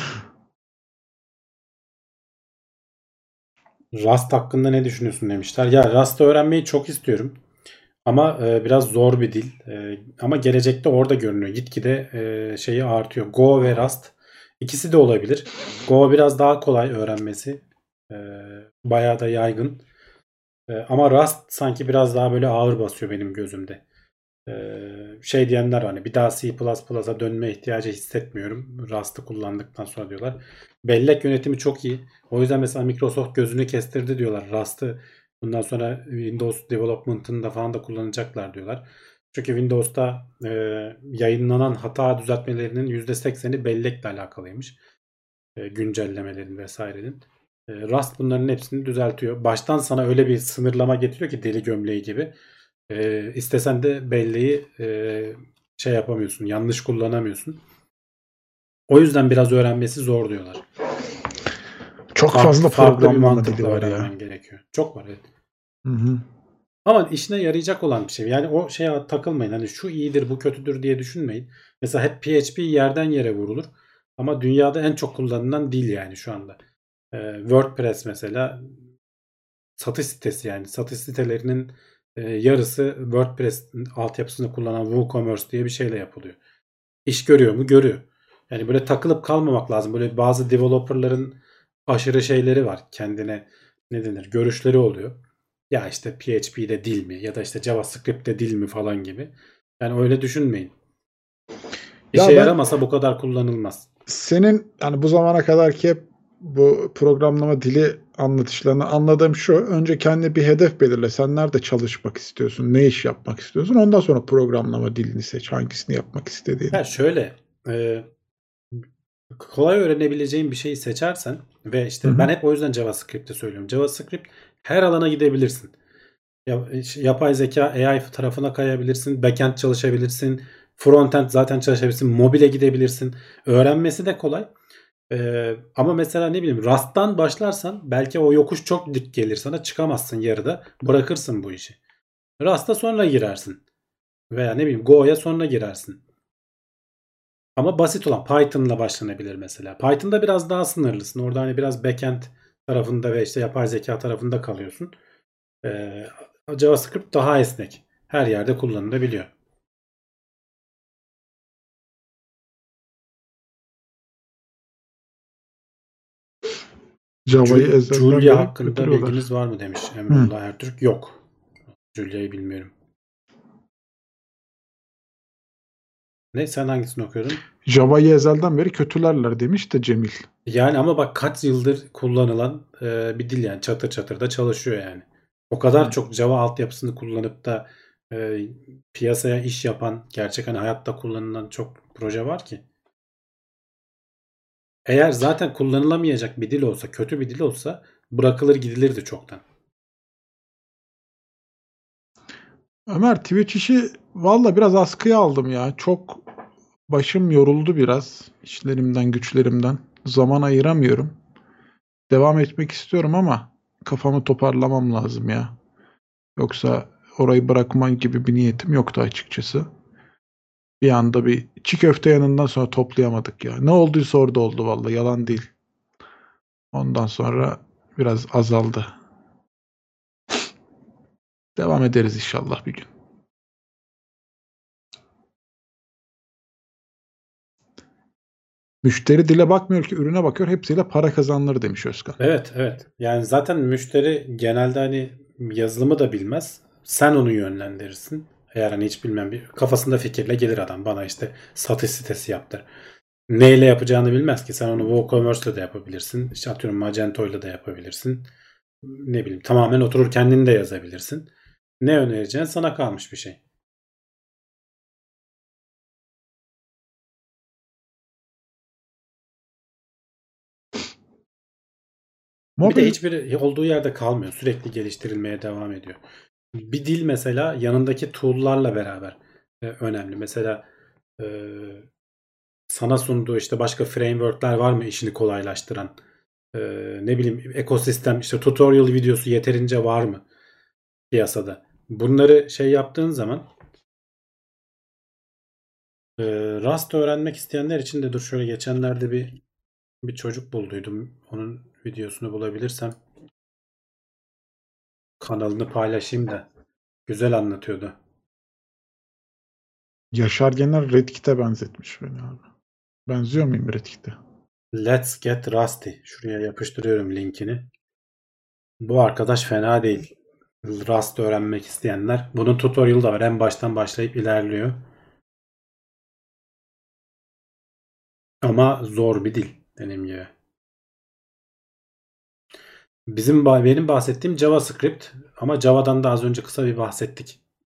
Rust hakkında ne düşünüyorsun demişler. Ya Rust'ı öğrenmeyi çok istiyorum. Ama e, biraz zor bir dil. E, ama gelecekte orada görünüyor. Gitgide e, şeyi artıyor. Go ve Rust. İkisi de olabilir. Go biraz daha kolay öğrenmesi. E, bayağı da yaygın. E, ama Rust sanki biraz daha böyle ağır basıyor benim gözümde. E, şey diyenler var, hani bir daha C plus plus'a dönme ihtiyacı hissetmiyorum Rust'ı kullandıktan sonra diyorlar. Bellek yönetimi çok iyi. O yüzden mesela Microsoft gözünü kestirdi diyorlar. Rust'ı bundan sonra Windows Development'ında falan da kullanacaklar diyorlar. Çünkü Windows'ta e, yayınlanan hata düzeltmelerinin yüzde sekseni bellekle alakalıymış. E, güncellemelerin vesairenin. E, Rust bunların hepsini düzeltiyor. Baştan sana öyle bir sınırlama getiriyor ki deli gömleği gibi. E, istesen de belleği e, şey yapamıyorsun. Yanlış kullanamıyorsun. O yüzden biraz öğrenmesi zor diyorlar. Çok Farklı, fazla farklı bir programlama dili mantıkla var ya. öğrenmen gerekiyor. Çok var, evet. Hı hı. Ama işine yarayacak olan bir şey. Yani o şeye takılmayın. Hani şu iyidir, bu kötüdür diye düşünmeyin. Mesela hep P H P yerden yere vurulur. Ama dünyada en çok kullanılan dil yani şu anda. Ee, WordPress mesela satış sitesi yani. Satış sitelerinin e, yarısı WordPress altyapısını kullanan WooCommerce diye bir şeyle yapılıyor. İş görüyor mu? Görüyor. Yani böyle takılıp kalmamak lazım. Böyle bazı developerların aşırı şeyleri var. Kendine ne denir görüşleri oluyor. Ya işte P H P'de dil mi ya da işte JavaScript'te dil mi falan gibi. Yani öyle düşünmeyin. İşe Ya ben yaramasa bu kadar kullanılmaz. senin yani bu zamana kadarki hep bu programlama dili anlatışlarını anladığım şu. Önce kendine bir hedef belirle. Sen nerede çalışmak istiyorsun? Ne iş yapmak istiyorsun? Ondan sonra programlama dilini seç. Hangisini yapmak istediğini. Ya şöyle e, kolay öğrenebileceğin bir şeyi seçersen ve Hı işte ben hı. hep o yüzden JavaScript'te söylüyorum. JavaScript her alana gidebilirsin. Ya- Yapay zeka A I tarafına kayabilirsin. Backend çalışabilirsin. Frontend zaten çalışabilirsin. Mobile gidebilirsin. Öğrenmesi de kolay. Ee, ama mesela ne bileyim Rust'tan başlarsan belki o yokuş çok dik gelir sana. Çıkamazsın yarıda. Bırakırsın bu işi. Rust'a sonra girersin. Veya ne bileyim Go'ya sonra girersin. Ama basit olan Python'la başlanabilir mesela. Python'da biraz daha sınırlısın. Orada hani biraz backend tarafında ve işte yapay zeka tarafında kalıyorsun. Ee, JavaScript daha esnek. Her yerde kullanılabiliyor. Java'yı Ju- ezelden Julia beri hakkında götürüyorlar. bilginiz var mı demiş Hı. Emrullah Ertürk. Yok. Julia'yı bilmiyorum. Ne? Sen hangisini okuyordun? Java'yı ezelden beri kötülerler demiş de Cemil. Yani ama bak kaç yıldır kullanılan e, bir dil yani. Çatır çatır da çalışıyor yani. O kadar Hı. çok Java altyapısını kullanıp da e, piyasaya iş yapan, gerçek hani hayatta kullanılan çok proje var ki. Eğer zaten kullanılamayacak bir dil olsa, kötü bir dil olsa bırakılır gidilirdi çoktan. Ömer Twitch işi valla biraz askıya aldım ya. Çok başım yoruldu biraz. İşlerimden, güçlerimden. Zaman ayıramıyorum. Devam etmek istiyorum ama kafamı toparlamam lazım ya. Yoksa orayı bırakma gibi bir niyetim yoktu açıkçası. Bir anda bir çiğ köfte yanından sonra toplayamadık ya. Ne olduysa orada oldu valla yalan değil. Ondan sonra biraz azaldı. Devam ederiz inşallah bir gün. Müşteri dile bakmıyor ki ürüne bakıyor. Hepsiyle para kazanılır demiş Özkan. Evet, evet. Yani zaten müşteri genelde hani yazılımı da bilmez. Sen onu yönlendirirsin. Eğer hani hiç bilmem bir kafasında fikirle gelir adam bana işte satış sitesi yaptır. Neyle yapacağını bilmez ki. Sen onu WooCommerce'la da yapabilirsin. İşte atıyorum Magento'yla da yapabilirsin. Ne bileyim tamamen oturur kendini de yazabilirsin. Ne önereceğin sana kalmış bir şey. Bir de Mobil hiçbiri olduğu yerde kalmıyor. Sürekli geliştirilmeye devam ediyor. Bir dil mesela yanındaki tool'larla beraber e, önemli. Mesela e, sana sunduğu işte başka framework'ler var mı işini kolaylaştıran? E, ne bileyim ekosistem işte tutorial videosu yeterince var mı piyasada? Bunları şey yaptığın zaman e, Rust öğrenmek isteyenler için de dur şöyle geçenlerde bir bir çocuk bulduydum. Onun videosunu bulabilirsem kanalını paylaşayım da güzel anlatıyordu. Yaşar Genel Redkit'e benzetmiş beni abi. Benziyor muyum Redkit'e? Let's Get Rusty. Şuraya yapıştırıyorum linkini. Bu arkadaş fena değil. Rust öğrenmek isteyenler. Bunun tutorial da var. En baştan başlayıp ilerliyor. Ama zor bir dil dediğim gibi. Bizim benim bahsettiğim JavaScript ama Java'dan da az önce kısa bir bahsettik.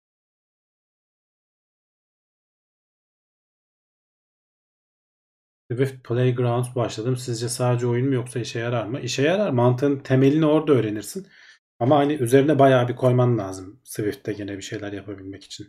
Swift Playgrounds başladım. Sizce sadece oyun mu yoksa işe yarar mı? İşe yarar. Mantığın temelini orada öğrenirsin. Ama hani üzerine bayağı bir koyman lazım Swift'te gene bir şeyler yapabilmek için.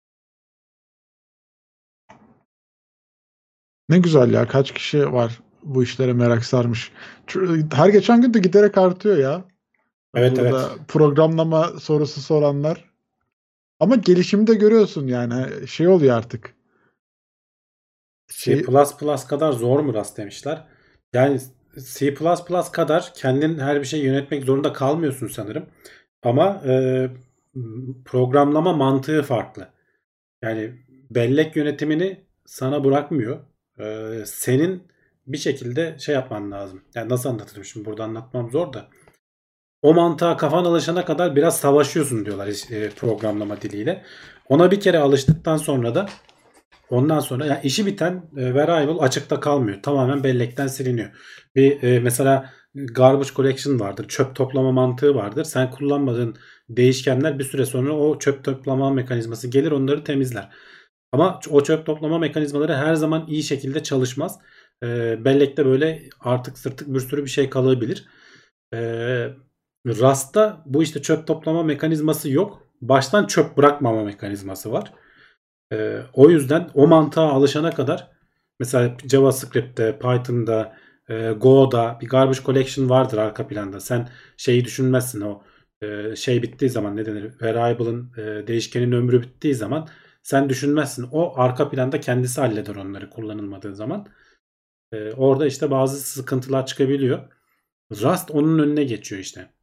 Ne güzel ya. Kaç kişi var bu işlere merak sarmış. Ç- Her geçen gün de giderek artıyor ya. Evet, evet. Burada programlama sorusu soranlar. Ama gelişimi de görüyorsun yani. Şey oluyor artık. C++ Şey, kadar zor mu Rust demişler. Yani C++ kadar kendin her bir şeyi yönetmek zorunda kalmıyorsun sanırım. Ama e, programlama mantığı farklı. Yani bellek yönetimini sana bırakmıyor. E, senin bir şekilde şey yapman lazım. Yani nasıl anlatırım şimdi burada anlatmam zor da. O mantığa kafan alışana kadar biraz savaşıyorsun diyorlar e, programlama diliyle. Ona bir kere alıştıktan sonra da ondan sonra yani işi biten e, variable açıkta kalmıyor. Tamamen bellekten siliniyor. Bir e, mesela garbage collection vardır. Çöp toplama mantığı vardır. Sen kullanmadığın değişkenler bir süre sonra o çöp toplama mekanizması gelir onları temizler. Ama o çöp toplama mekanizmaları her zaman iyi şekilde çalışmaz. E, bellekte böyle artık sırtık bir sürü bir şey kalabilir. E, Rust'ta bu işte çöp toplama mekanizması yok. Baştan çöp bırakmama mekanizması var. Ee, o yüzden o mantığa alışana kadar mesela JavaScript'te, Python'da, e, Go'da bir garbage collection vardır arka planda. Sen şeyi düşünmezsin o e, şey bittiği zaman ne denir? Variable'ın e, değişkenin ömrü bittiği zaman sen düşünmezsin. O arka planda kendisi halleder onları kullanılmadığı zaman. E, orada işte bazı sıkıntılar çıkabiliyor. Rust onun önüne geçiyor işte.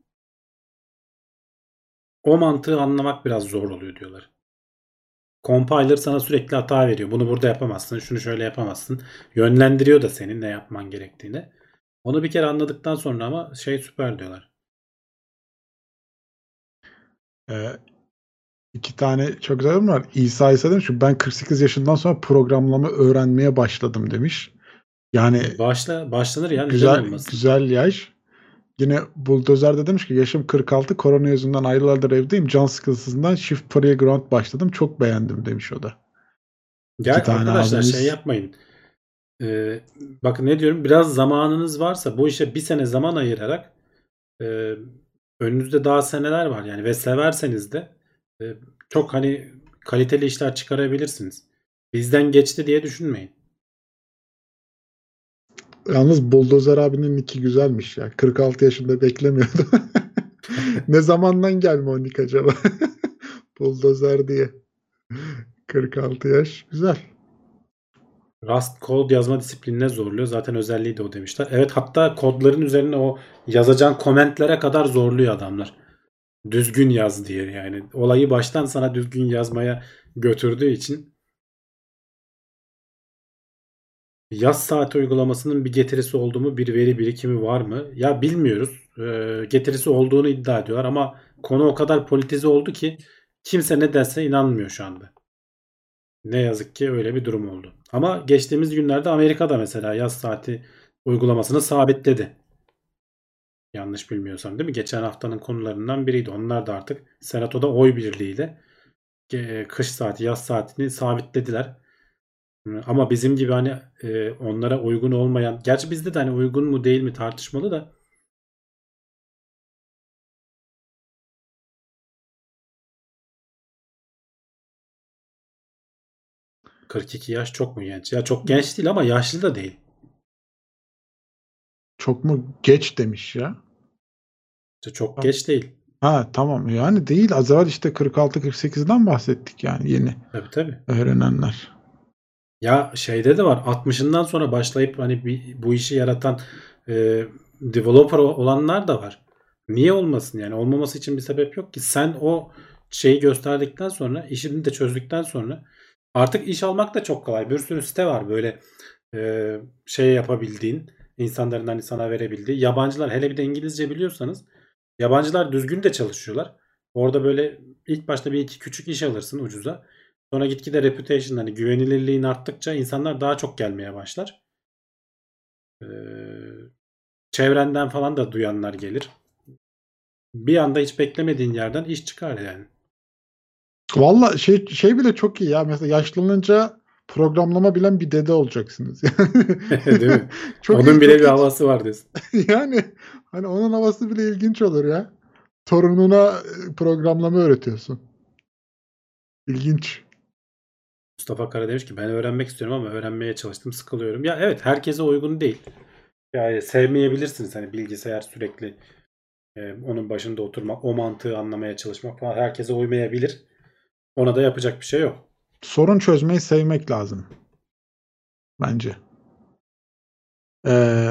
O mantığı anlamak biraz zor oluyor diyorlar. Compiler sana sürekli hata veriyor. Bunu burada yapamazsın. Şunu şöyle yapamazsın. Yönlendiriyor da senin ne yapman gerektiğini. Onu bir kere anladıktan sonra ama şey süper diyorlar. Ee, iki tane çok güzel var. İsa ise demiş ki ben kırk sekiz yaşından sonra programlama öğrenmeye başladım demiş. Yani Başla başlanır ya neden güzel olmasın? güzel yaş. Yine Bulldozer de demiş ki yaşım kırk altı, korona yüzünden aylardır evdeyim. Can sıkıntısından Shift Parallel Ground başladım. Çok beğendim demiş o da. İki Ya tane arkadaşlar şey abimiz. yapmayın. Ee, bakın ne diyorum. Biraz zamanınız varsa bu işe bir sene zaman ayırarak e, önünüzde daha seneler var yani ve severseniz de e, çok hani kaliteli işler çıkarabilirsiniz. Bizden geçti diye düşünmeyin. Yalnız Bulldozer abinin nicki güzelmiş ya. kırk altı yaşında beklemiyordum. Ne zamandan gelme o nick acaba? Bulldozer diye. kırk altı yaş. Güzel. Rust kod yazma disiplinine zorluyor. Zaten özelliği de o demişler. Evet hatta kodların üzerine o yazacağın komentlere kadar zorluyor adamlar. Düzgün yaz diye yani. Olayı baştan sana düzgün yazmaya götürdüğü için yaz saati uygulamasının bir getirisi olduğu mu, bir veri birikimi var mı? Ya bilmiyoruz. Ee, getirisi olduğunu iddia ediyorlar ama konu o kadar politize oldu ki kimse ne derse inanmıyor şu anda. Ne yazık ki öyle bir durum oldu. Ama geçtiğimiz günlerde Amerika'da mesela yaz saati uygulamasını sabitledi. Yanlış bilmiyorsam değil mi? Geçen haftanın konularından biriydi. Onlar da artık Senato'da oy birliğiyle e, kış saati, yaz saatini sabitlediler. Ama bizim gibi hani e, onlara uygun olmayan, gerçi bizde de hani uygun mu değil mi tartışmalı da kırk iki yaş çok mu genç? Ya çok genç değil ama yaşlı da değil. Çok mu geç demiş ya. İşte çok geç değil. Ha tamam yani değil. Az evvel işte kırk altı kırk sekizden bahsettik yani yeni Tabii tabii. öğrenenler. Ya şeyde de var altmışından sonra başlayıp hani bir, bu işi yaratan e, developer olanlar da var. Niye olmasın yani olmaması için bir sebep yok ki. Sen o şeyi gösterdikten sonra işini de çözdükten sonra artık iş almak da çok kolay. Bir sürü site var böyle e, şey yapabildiğin insanların hani sana verebildiği. Yabancılar hele bir de İngilizce biliyorsanız yabancılar düzgün de çalışıyorlar. Orada böyle ilk başta bir iki küçük iş alırsın ucuza. Sonra gitgide reputation hani güvenilirliğin arttıkça insanlar daha çok gelmeye başlar. Ee, Çevrenden falan da duyanlar gelir. Bir anda hiç beklemediğin yerden iş çıkar yani. Valla şey şey bile çok iyi ya. Mesela yaşlanınca programlama bilen bir dede olacaksınız. Değil mi? Çok iyi, Onun bile çok bir iyi. havası var diyorsun. Yani hani onun havası bile ilginç olur ya. Torununa e, programlama öğretiyorsun. İlginç. Mustafa Kara demiş ki ben öğrenmek istiyorum ama öğrenmeye çalıştım sıkılıyorum. Ya evet herkese uygun değil. Yani sevmeyebilirsiniz hani bilgisayar sürekli e, onun başında oturmak, o mantığı anlamaya çalışmak falan herkese uymayabilir. Ona da yapacak bir şey yok. Sorun çözmeyi sevmek lazım bence. Ee,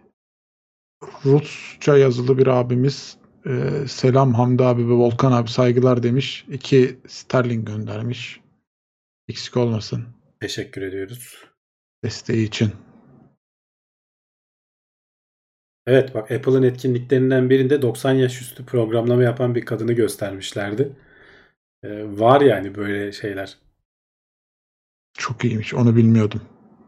Rusça yazılı bir abimiz e, selam Hamdi abi ve Volkan abi saygılar demiş. İki sterlin göndermiş. Eksik olmasın Teşekkür ediyoruz. desteği için. Evet bak Apple'ın etkinliklerinden birinde doksan yaş üstü programlama yapan bir kadını göstermişlerdi. Ee, var yani böyle şeyler. Çok iyiymiş. Onu bilmiyordum.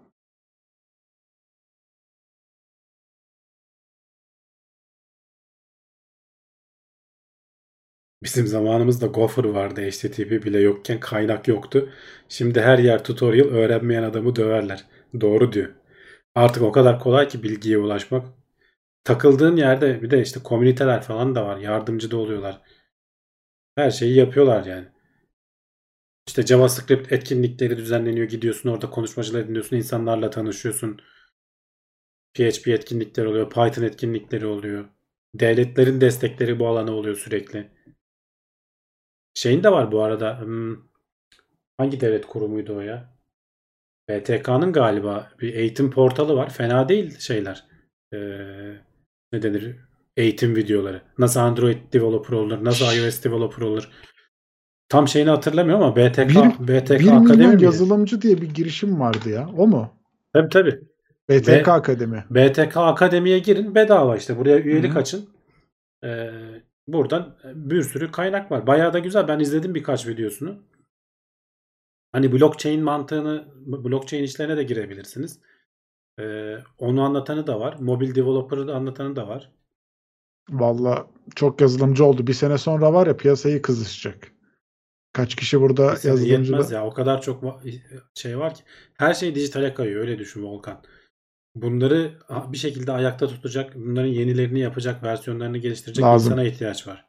Bizim zamanımızda Gopher vardı. H T T P bile yokken kaynak yoktu. Şimdi her yer tutorial, öğrenmeyen adamı döverler. Doğru diyor. Artık o kadar kolay ki bilgiye ulaşmak. Takıldığın yerde bir de işte komüniteler falan da var. Yardımcı da oluyorlar. Her şeyi yapıyorlar yani. İşte JavaScript etkinlikleri düzenleniyor. Gidiyorsun orada konuşmacılar dinliyorsun. İnsanlarla tanışıyorsun. P H P etkinlikleri oluyor. Python etkinlikleri oluyor. Devletlerin destekleri bu alana oluyor sürekli. Şeyin de var bu arada. Hmm, hangi devlet kurumuydu o ya? B T K'nın galiba bir eğitim portalı var. Fena değil şeyler. Ee, ne denir? Eğitim videoları. Nasıl Android developer olur? Nasıl iOS developer olur? Tam şeyini hatırlamıyorum ama B T K, Bir, B T K bir Akademi milyon miydi? yazılımcı diye bir girişim vardı ya. O mu? Tabii tabii. B T K B- Akademi. B T K Akademi'ye girin bedava işte. Buraya üyelik Hı-hı. açın. Ee, buradan bir sürü kaynak var. Bayağı da güzel. Ben izledim birkaç videosunu. Hani blockchain mantığını, blockchain işlerine de girebilirsiniz. Ee, onu anlatanı da var. Mobil developer'ı da anlatanı da var. Valla çok yazılımcı oldu. Bir sene sonra var ya piyasayı kızışacak. Kaç kişi burada Bir sene yazılımcı yetmez da... ya. O kadar çok va- şey var ki. Her şey dijitale kayıyor. Öyle düşün Volkan. Bunları bir şekilde ayakta tutacak, bunların yenilerini yapacak, versiyonlarını geliştirecek Lazım. insana ihtiyaç var.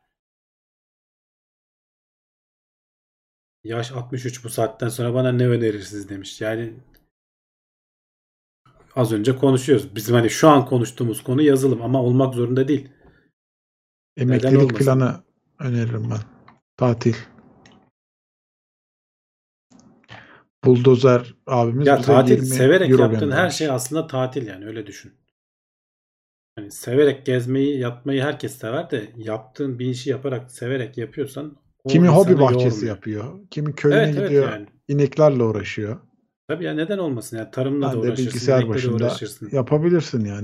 Yaş altmış üç bu saatten sonra bana ne önerirsiniz demiş. Yani az önce konuşuyoruz. Bizim hani şu an konuştuğumuz konu yazılım ama olmak zorunda değil. Neden Emeklilik olmasın? planı öneririm ben. Tatil. Buldozer abimiz Ya bize tatil yirmi severek euro yaptığın her göndermiş. şey aslında tatil yani öyle düşün. Hani severek gezmeyi, yatmayı herkes sever de yaptığın bir işi yaparak, severek yapıyorsan o Kimi hobi insanı bahçesi yormuyor. yapıyor. Kimi köyüne Evet evet gidiyor. yani. İneklerle uğraşıyor. Tabii ya neden olmasın ya tarımla da Ben de uğraşırsın, bilgisayar inekle de başında uğraşırsın. yapabilirsin yani.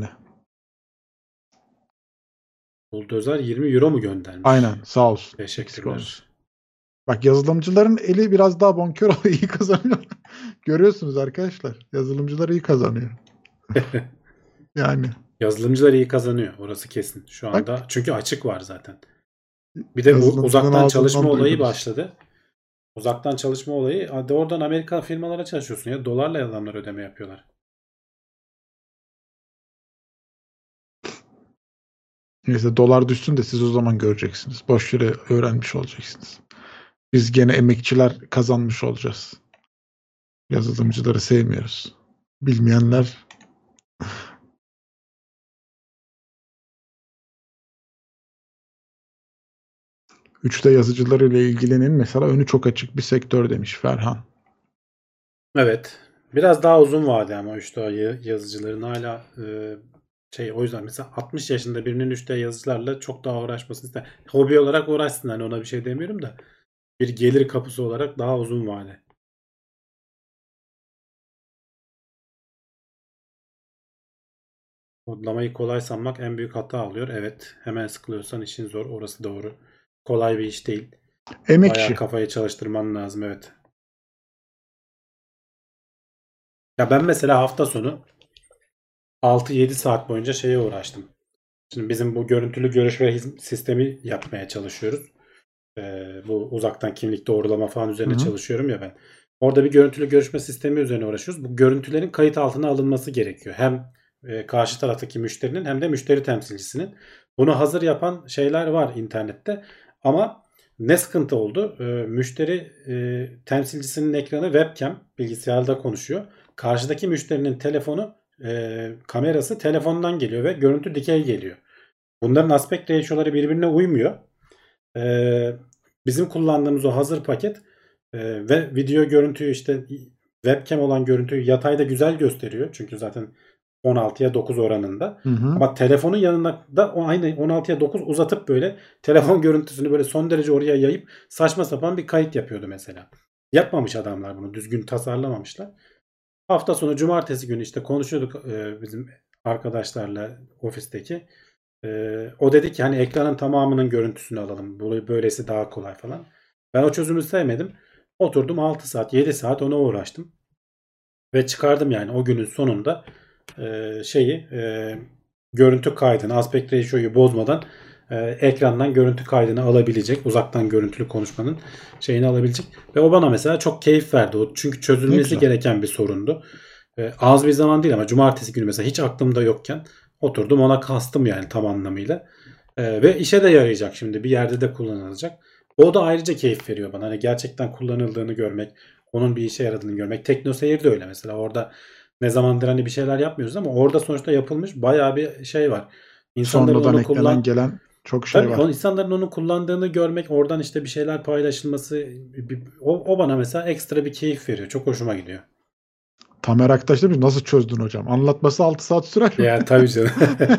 Buldozer yirmi euro mu göndermiş? Aynen sağ olsun. Eksik Teşekkürler. olsun. Bak yazılımcıların eli biraz daha bonkör oluyor. İyi kazanıyor. Görüyorsunuz arkadaşlar. Yazılımcılar iyi kazanıyor. Yani. Yazılımcılar iyi kazanıyor. Orası kesin şu Bak anda. Çünkü açık var zaten. Bir de bu yazılımcının uzaktan çalışma ağzından olayı duydunuz. başladı. Uzaktan çalışma olayı. Hadi oradan Amerika firmalara çalışıyorsun ya. Dolarla adamlar ödeme yapıyorlar. Neyse dolar düşsün de siz o zaman göreceksiniz. Boş yere öğrenmiş olacaksınız. Biz gene emekçiler kazanmış olacağız. Yazılımcıları sevmiyoruz. Bilmeyenler üç D yazıcılarıyla ilgilenin mesela önü çok açık bir sektör demiş Ferhan. Evet. Biraz daha uzun vade ama üç D yazıcıların hala e, şey o yüzden mesela altmış yaşında birinin üç D yazıcılarla çok daha uğraşmasını ister. Hobi olarak uğraşsın hani ona bir şey demiyorum da bir gelir kapısı olarak daha uzun vade. Kodlamayı kolay sanmak en büyük hata alıyor. Evet. Hemen sıkılıyorsan işin zor. Orası doğru. Kolay bir iş değil. Bayağı Emekçi. kafayı çalıştırman lazım. Evet. Ya ben mesela hafta sonu altı yedi saat boyunca şeye uğraştım. Şimdi bizim bu görüntülü görüşme hizm- sistemi yapmaya çalışıyoruz. Ee, bu uzaktan kimlik doğrulama falan üzerine Hı hı. çalışıyorum ya ben. Orada bir görüntülü görüşme sistemi üzerine uğraşıyoruz. Bu görüntülerin kayıt altına alınması gerekiyor. Hem e, karşı taraftaki müşterinin hem de müşteri temsilcisinin. Bunu hazır yapan şeyler var internette. Ama ne sıkıntı oldu? E, müşteri e, temsilcisinin ekranı webcam, bilgisayarda konuşuyor. Karşıdaki müşterinin telefonu, e, kamerası telefondan geliyor ve görüntü dikey geliyor. Bunların aspect ratio'ları birbirine uymuyor. Ee, bizim kullandığımız o hazır paket e, ve video görüntüyü işte webcam olan görüntüyü yatayda güzel gösteriyor. Çünkü zaten on altıya dokuz oranında. Hı hı. Ama telefonun yanına da o aynı on altıya dokuz uzatıp böyle telefon görüntüsünü böyle son derece oraya yayıp saçma sapan bir kayıt yapıyordu mesela. Yapmamış adamlar bunu. Düzgün tasarlamamışlar. Hafta sonu cumartesi günü işte konuşuyorduk e, bizim arkadaşlarla ofisteki. Ee, o dedi ki hani ekranın tamamının görüntüsünü alalım. Bu böylesi daha kolay falan. Ben o çözümü sevmedim. Oturdum altı saat yedi saat ona uğraştım. Ve çıkardım yani o günün sonunda e, şeyi e, görüntü kaydını, aspect ratio'yu bozmadan e, ekrandan görüntü kaydını alabilecek, uzaktan görüntülü konuşmanın şeyini alabilecek. Ve o bana mesela çok keyif verdi. O çünkü Ne çözülmesi güzel. gereken bir sorundu. E, az bir zaman değil ama cumartesi günü mesela hiç aklımda yokken oturdum ona kastım yani tam anlamıyla. E, ve işe de yarayacak şimdi. Bir yerde de kullanılacak. O da ayrıca keyif veriyor bana. Hani gerçekten kullanıldığını görmek, onun bir işe yaradığını görmek. Teknoseyir de öyle mesela. Orada ne zamandır hani bir şeyler yapmıyoruz ama orada sonuçta yapılmış bayağı bir şey var. İnsanların Sonradan onu eklenen kullan gelen çok şey tabii var. o insanların onu kullandığını görmek, oradan işte bir şeyler paylaşılması bir- o, o bana mesela ekstra bir keyif veriyor. Çok hoşuma gidiyor. Tamer Aktaş demiş nasıl çözdün hocam? Anlatması altı saat sürer mi? Ya tabii canım.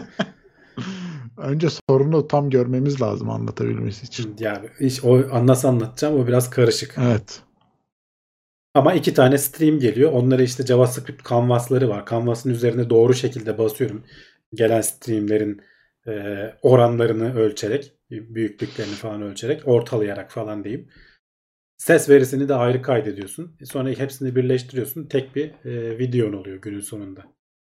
Önce sorunu tam görmemiz lazım anlatabilmesi için. Ya iş o nasıl anlatacağım o biraz karışık. Evet. Ama iki tane stream geliyor. Onlara işte JavaScript canvasları var. Canvas'ın üzerine doğru şekilde basıyorum. Gelen streamlerin e, oranlarını ölçerek, büyüklüklerini falan ölçerek, ortalayarak falan diyeyim. Ses verisini de ayrı kaydediyorsun. Sonra hepsini birleştiriyorsun. Tek bir e, videon oluyor günün sonunda.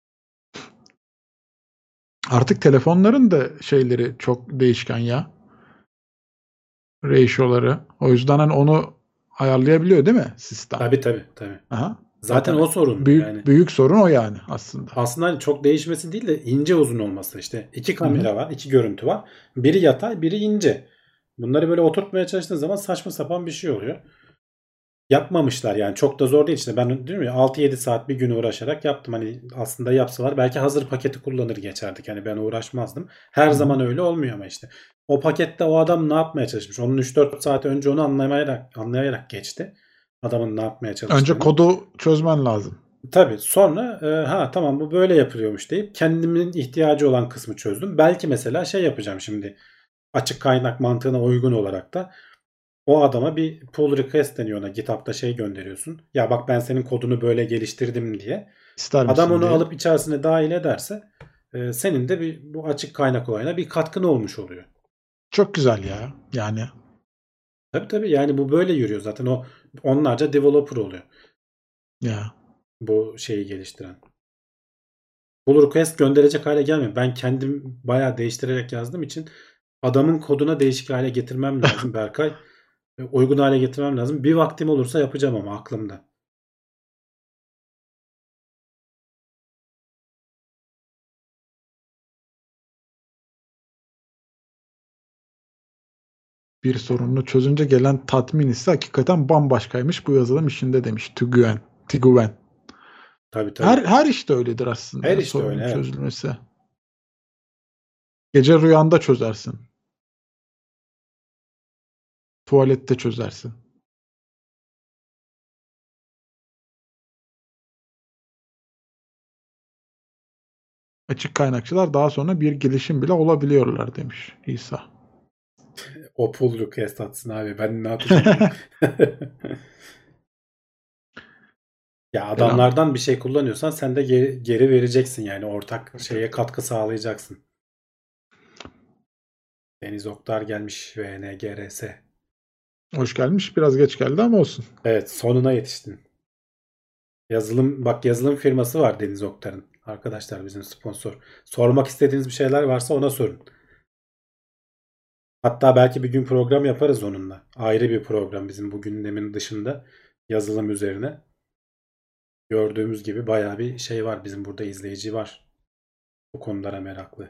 Artık telefonların da şeyleri çok değişken ya. Ratio'ları. O yüzden hani onu ayarlayabiliyor değil mi sistem? Tabii tabii tabii. Aha. Zaten Zaten o sorun yani. büyük büyük sorun o yani aslında. Aslında hani çok değişmesi değil de ince uzun olması işte. İki Hı hı. kamera var, iki görüntü var. Biri yatay, biri ince. Bunları böyle oturtmaya çalıştığın zaman saçma sapan bir şey oluyor. Yapmamışlar yani çok da zor değil işte ben diyorum ya altı yedi saat bir gün uğraşarak yaptım hani aslında yapsalar belki hazır paketi kullanır geçerdik hani ben uğraşmazdım. Her Hı hı. zaman öyle olmuyor ama işte o pakette o adam ne yapmaya çalışmış onun üç dört saat önce onu anlayarak, anlayarak geçti adamın ne yapmaya Önce çalıştığını. kodu çözmen lazım. Tabii sonra e, ha tamam bu böyle yapılıyormuş deyip kendimin ihtiyacı olan kısmı çözdüm. Belki mesela şey yapacağım şimdi açık kaynak mantığına uygun olarak da o adama bir pull request deniyor ona. GitHub'da şey gönderiyorsun. Ya bak ben senin kodunu böyle geliştirdim diye. İster Adam misin onu diye. alıp içerisine dahil ederse e, senin de bir bu açık kaynak olayına bir katkın olmuş oluyor. Çok güzel ya. Yani Tabii tabii yani bu böyle yürüyor zaten o onlarca developer oluyor ya. bu şeyi geliştiren. Pull request gönderecek hale gelmiyor. Ben kendim bayağı değiştirerek yazdığım için adamın koduna değişik hale getirmem lazım Berkay. E, Uygun hale getirmem lazım. Bir vaktim olursa yapacağım ama aklımda. Bir sorununu çözünce gelen tatmin ise hakikaten bambaşkaymış bu yazılım işinde demiş Tügüven. Tiguven. Tabii tabii. Her her işte öyledir aslında Her ya, işte öyle sorunun evet. çözülmesi. Gece rüyanda çözersin. Tuvalette çözersin. Açık kaynakçılar daha sonra bir gelişim bile olabiliyorlar demiş İsa. O pull request atsın abi. Ben ne yapacağım? Ya Selam. adamlardan bir şey kullanıyorsan sen de geri, geri vereceksin yani ortak şeye katkı sağlayacaksın. Deniz Oktar gelmiş V N G R S. Hoş gelmiş. Biraz geç geldi ama olsun. Evet sonuna yetiştin. Yazılım bak yazılım firması var Deniz Oktar'ın. Arkadaşlar bizim sponsor. Sormak istediğiniz bir şeyler varsa ona sorun. Hatta belki bir gün program yaparız onunla. Ayrı bir program bizim bu gündemin dışında yazılım üzerine. Gördüğümüz gibi bayağı bir şey var. Bizim burada izleyici var. Bu konulara meraklı.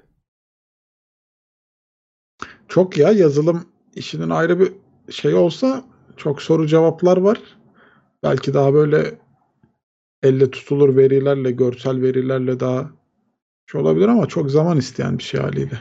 Çok ya yazılım işinin ayrı bir şey olsa çok soru cevaplar var. Belki daha böyle elle tutulur verilerle, görsel verilerle daha şey olabilir ama çok zaman isteyen bir şey haliyle.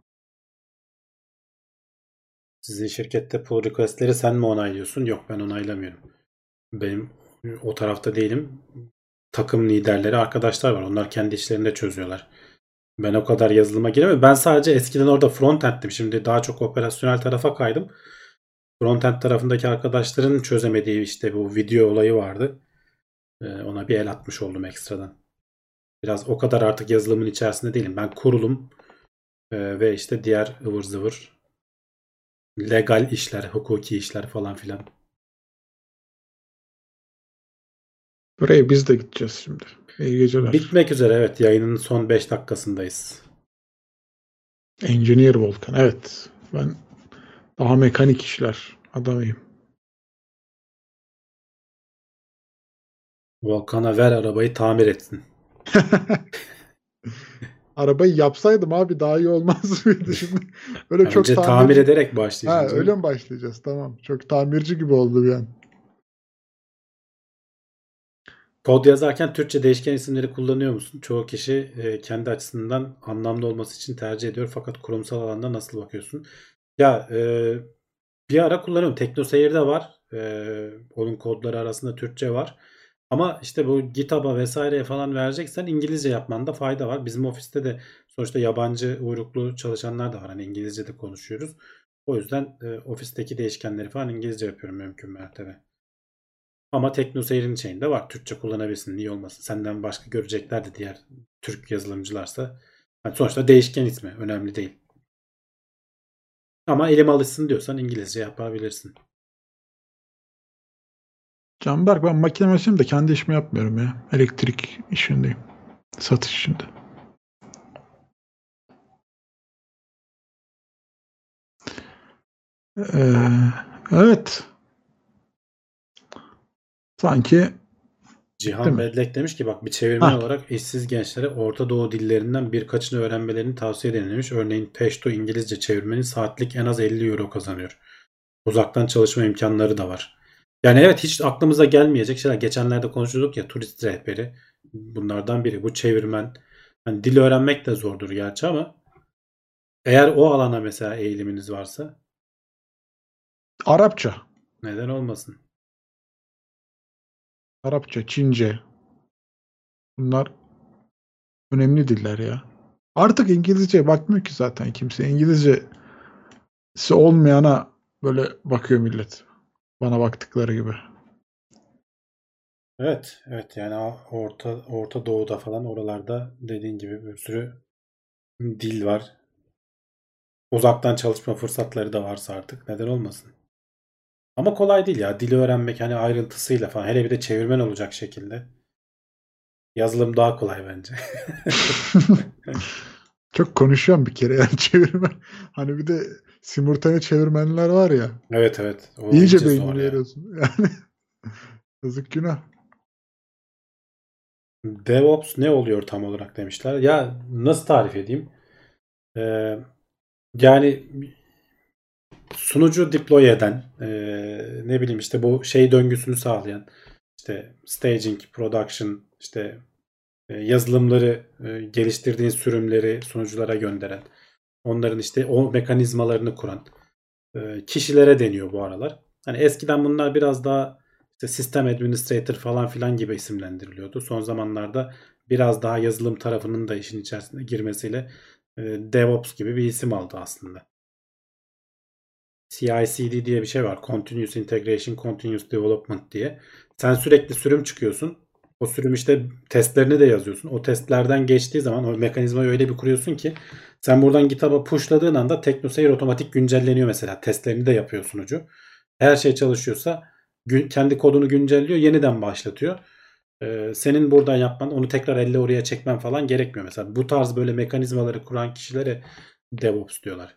Sizin şirkette pull request'leri sen mi onaylıyorsun? Yok ben onaylamıyorum. Benim o tarafta değilim. Takım liderleri arkadaşlar var. Onlar kendi işlerinde çözüyorlar. Ben o kadar yazılıma giremiyorum. Ben sadece eskiden orada frontend'tim. Şimdi daha çok operasyonel tarafa kaydım. Frontend tarafındaki arkadaşların çözemediği işte bu video olayı vardı. Ee, ona bir el atmış oldum ekstradan. Biraz o kadar artık yazılımın içerisinde değilim. Ben kurulum e, ve işte diğer ıvır zıvır legal işler, hukuki işler falan filan. Buraya biz de gideceğiz şimdi. İyi geceler. Bitmek üzere, evet, yayının son beş dakikasındayız. Engineer Volkan. Evet. Ben daha mekanik işler adamıyım. Volkan'a ver arabayı tamir etsin. Arabayı yapsaydım abi daha iyi olmaz mıydı şimdi? Böyle çok Önce tamir tamirci. ederek Ha, başlayacağız. öyle mi başlayacağız? Tamam. Çok tamirci gibi oldu bir an. Kod yazarken Türkçe değişken isimleri kullanıyor musun? Çoğu kişi e, kendi açısından anlamlı olması için tercih ediyor. Fakat kurumsal alanda nasıl bakıyorsun? Ya e, bir ara kullanıyorum. TeknoSeyir'de var. E, onun kodları arasında Türkçe var. Ama işte bu GitHub'a vesaireye falan vereceksen İngilizce yapmanda fayda var. Bizim ofiste de sonuçta yabancı uyruklu çalışanlar da var. Hani İngilizce de konuşuyoruz. O yüzden e, ofisteki değişkenleri falan İngilizce yapıyorum mümkün mertebe. Ama TeknoSeyir'in şeyinde var. Türkçe kullanabilirsin. Niye olmasın? Senden başka görecekler de diğer Türk yazılımcılarsa. Yani sonuçta değişken ismi. Önemli değil. Ama elim alışsın diyorsan İngilizce yapabilirsin. Canberk, ben makine mühendisiyim de kendi işimi yapmıyorum ya. Elektrik işindeyim. Satış işinde. Ee, evet. Sanki değil Cihan mi? Bedlek demiş ki bak, bir çevirmen Hah. olarak işsiz gençlere Orta Doğu dillerinden birkaçını öğrenmelerini tavsiye denilmiş. Örneğin Peşto İngilizce çevirmeni saatlik en az elli euro kazanıyor. Uzaktan çalışma imkanları da var. Yani evet, hiç aklımıza gelmeyecek şeyler. Geçenlerde konuşuyorduk ya, turist rehberi. Bunlardan biri. Bu çevirmen. Hani dil öğrenmek de zordur gerçi ama eğer o alana mesela eğiliminiz varsa Arapça. neden olmasın? Arapça, Çince. Bunlar önemli diller ya. Artık İngilizceye bakmıyor ki zaten kimse. İngilizcesi olmayana böyle bakıyor millet. Bana baktıkları gibi. Evet, evet, yani Orta Orta Doğu'da falan oralarda dediğin gibi bir sürü dil var. Uzaktan çalışma fırsatları da varsa artık neden olmasın? Ama kolay değil ya dili öğrenmek, hani ayrıntısıyla falan. Hele bir de çevirmen olacak şekilde. Yazılım daha kolay bence. Çok konuşuyorum bir kere yani çevirmen. Hani bir de simultane çevirmenler var ya. Evet, evet. O İyice iyice zor beynini ya. yarıyorsun. Yani yazık, günah. DevOps ne oluyor tam olarak demişler. Ya nasıl tarif edeyim? Ee, yani sunucu deploy eden, e, ne bileyim işte bu şey döngüsünü sağlayan, işte staging, production, işte e, yazılımları, e, geliştirdiğin sürümleri sunuculara gönderen, onların işte o mekanizmalarını kuran e, kişilere deniyor bu aralar. Hani eskiden bunlar biraz daha işte sistem administrator falan filan gibi isimlendiriliyordu. Son zamanlarda biraz daha yazılım tarafının da işin içerisine girmesiyle e, DevOps gibi bir isim aldı aslında. C I C D diye bir şey var. Continuous Integration, Continuous Development diye. Sen sürekli sürüm çıkıyorsun. O sürüm işte testlerini de yazıyorsun. O testlerden geçtiği zaman o mekanizmayı öyle bir kuruyorsun ki sen buradan GitHub'a pushladığın anda TeknoSeyir otomatik güncelleniyor mesela. Testlerini de yapıyor sunucu. Her şey çalışıyorsa kendi kodunu güncelliyor, yeniden başlatıyor. Ee, senin buradan yapman, onu tekrar elle oraya çekmen falan gerekmiyor mesela. Bu tarz böyle mekanizmaları kuran kişilere DevOps diyorlar.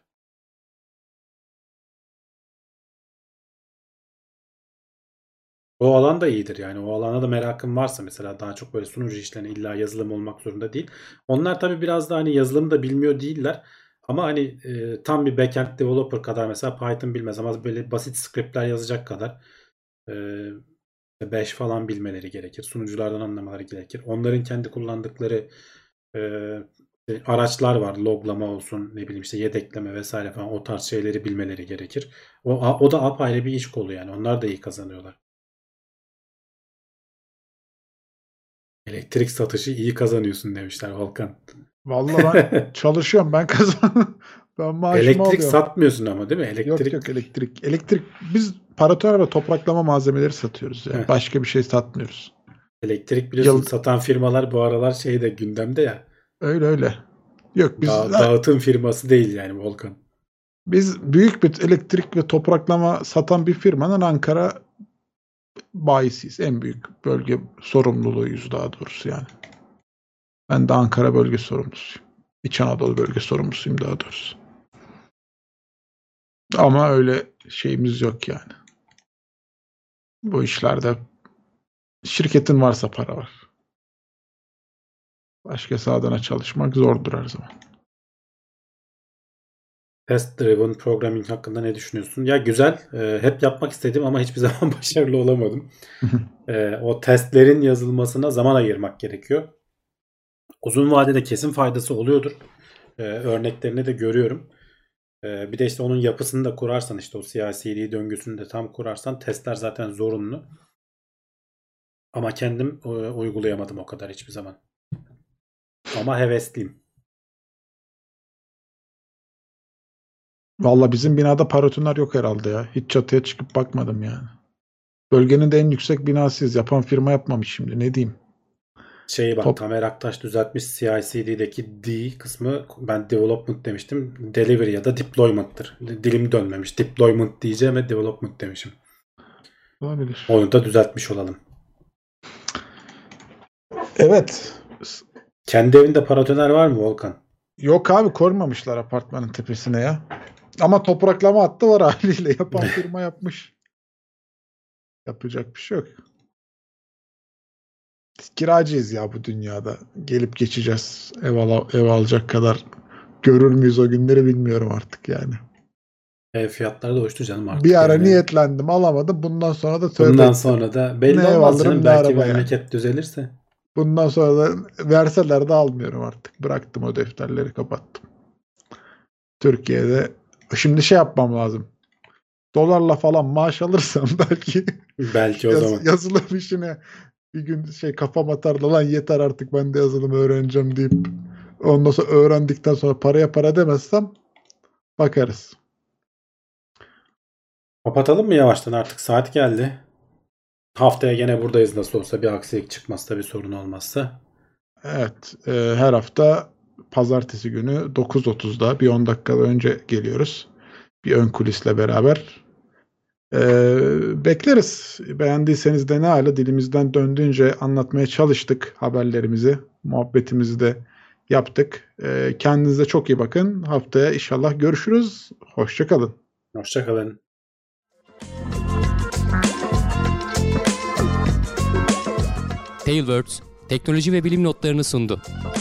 O alan da iyidir yani. O alana da merakın varsa mesela, daha çok böyle sunucu işlerine illa yazılım olmak zorunda değil. Onlar tabii biraz da hani yazılım da bilmiyor değiller. Ama hani e, tam bir backend developer kadar mesela Python bilmez ama böyle basit scriptler yazacak kadar e, Bash falan bilmeleri gerekir. Sunuculardan anlamaları gerekir. Onların kendi kullandıkları e, e, araçlar var. Loglama olsun, ne bileyim işte yedekleme vesaire falan, o tarz şeyleri bilmeleri gerekir. O, o da apayrı bir iş kolu yani. Onlar da iyi kazanıyorlar. Elektrik satışı iyi kazanıyorsun demişler Volkan. Vallahi ben çalışıyorum. Ben kazan. Ben maaşımı Elektrik alıyorum. satmıyorsun ama değil mi? Yok Elektrik. yok, elektrik. Elektrik biz paratör ve topraklama malzemeleri satıyoruz ya. Heh, Başka bir şey satmıyoruz. Elektrik biliyorsun Yıl- satan firmalar bu aralar şeyde gündemde ya. Öyle öyle. Yok biz Da- dağıtım firması değil yani Volkan. biz büyük bir elektrik ve topraklama satan bir firmanın Ankara bayisiyiz. En büyük bölge sorumluluğuyuz daha doğrusu yani. Ben de Ankara bölge sorumlusuyum. İç Anadolu bölge sorumlusuyum daha doğrusu. Ama öyle şeyimiz yok yani. Bu işlerde şirketin varsa para var. Başkası adına çalışmak zordur her zaman. Test Driven Programming hakkında ne düşünüyorsun? Ya güzel. e, hep yapmak istedim ama hiçbir zaman başarılı olamadım. E, o testlerin yazılmasına zaman ayırmak gerekiyor. Uzun vadede kesin faydası oluyordur. E, örneklerini de görüyorum. E, bir de işte onun yapısını da kurarsan, işte o C I C D döngüsünü de tam kurarsan testler zaten zorunlu. Ama kendim e, uygulayamadım o kadar hiçbir zaman. Ama hevesliyim. Valla bizim binada paratoner yok herhalde ya. Hiç çatıya çıkıp bakmadım yani. Bölgenin de en yüksek binasıyız. Yapan firma yapmamış şimdi. Ne diyeyim? Şeyi bak, Top- Tamer Aktaş düzeltmiş, C I C D'deki D kısmı ben development demiştim. Delivery ya da deployment'tır. Dilim dönmemiş. Deployment diyeceğim ve development demişim. Olabilir. Onu da düzeltmiş olalım. Evet. Kendi evinde paratoner var mı Volkan? Yok abi koymamışlar apartmanın tepesine ya. Ama topraklama hattı var haliyle. Yapan firma yapmış. Yapacak bir şey yok. Biz kiracıyız ya bu dünyada. Gelip geçeceğiz. Ev, al- ev alacak kadar görür müyüz o günleri bilmiyorum artık yani. Ev fiyatları da uçtu canım artık. Bir ara yani. niyetlendim alamadım. Bundan sonra da tövbe Bundan ettim. sonra da belli Ne ev olmaz alırım, canım. ne Belki araba yani. memleket düzelirse. Bundan sonra da verseler de almıyorum artık. Bıraktım o defterleri kapattım. Türkiye'de şimdi şey yapmam lazım. Dolarla falan maaş alırsam belki Belki o yaz- zaman. yazılım işine bir gün şey kafam atar da lan yeter artık ben de yazılım öğreneceğim deyip ondan sonra öğrendikten sonra paraya para demezsem bakarız. Kapatalım mı yavaştan artık? Saat geldi. Haftaya gene buradayız nasıl olsa. Bir aksilik çıkmazsa, bir sorun olmazsa. Evet, e, her hafta pazartesi günü dokuz otuzda bir on dakika önce geliyoruz. Bir ön kulisle beraber. E, bekleriz. Beğendiyseniz de ne hala dilimizden döndüğünce anlatmaya çalıştık haberlerimizi, muhabbetimizi de yaptık. E, kendinize çok iyi bakın. Haftaya inşallah görüşürüz. Hoşça kalın. Hoşçakalın. Tailwords, teknoloji ve bilim notlarını sundu.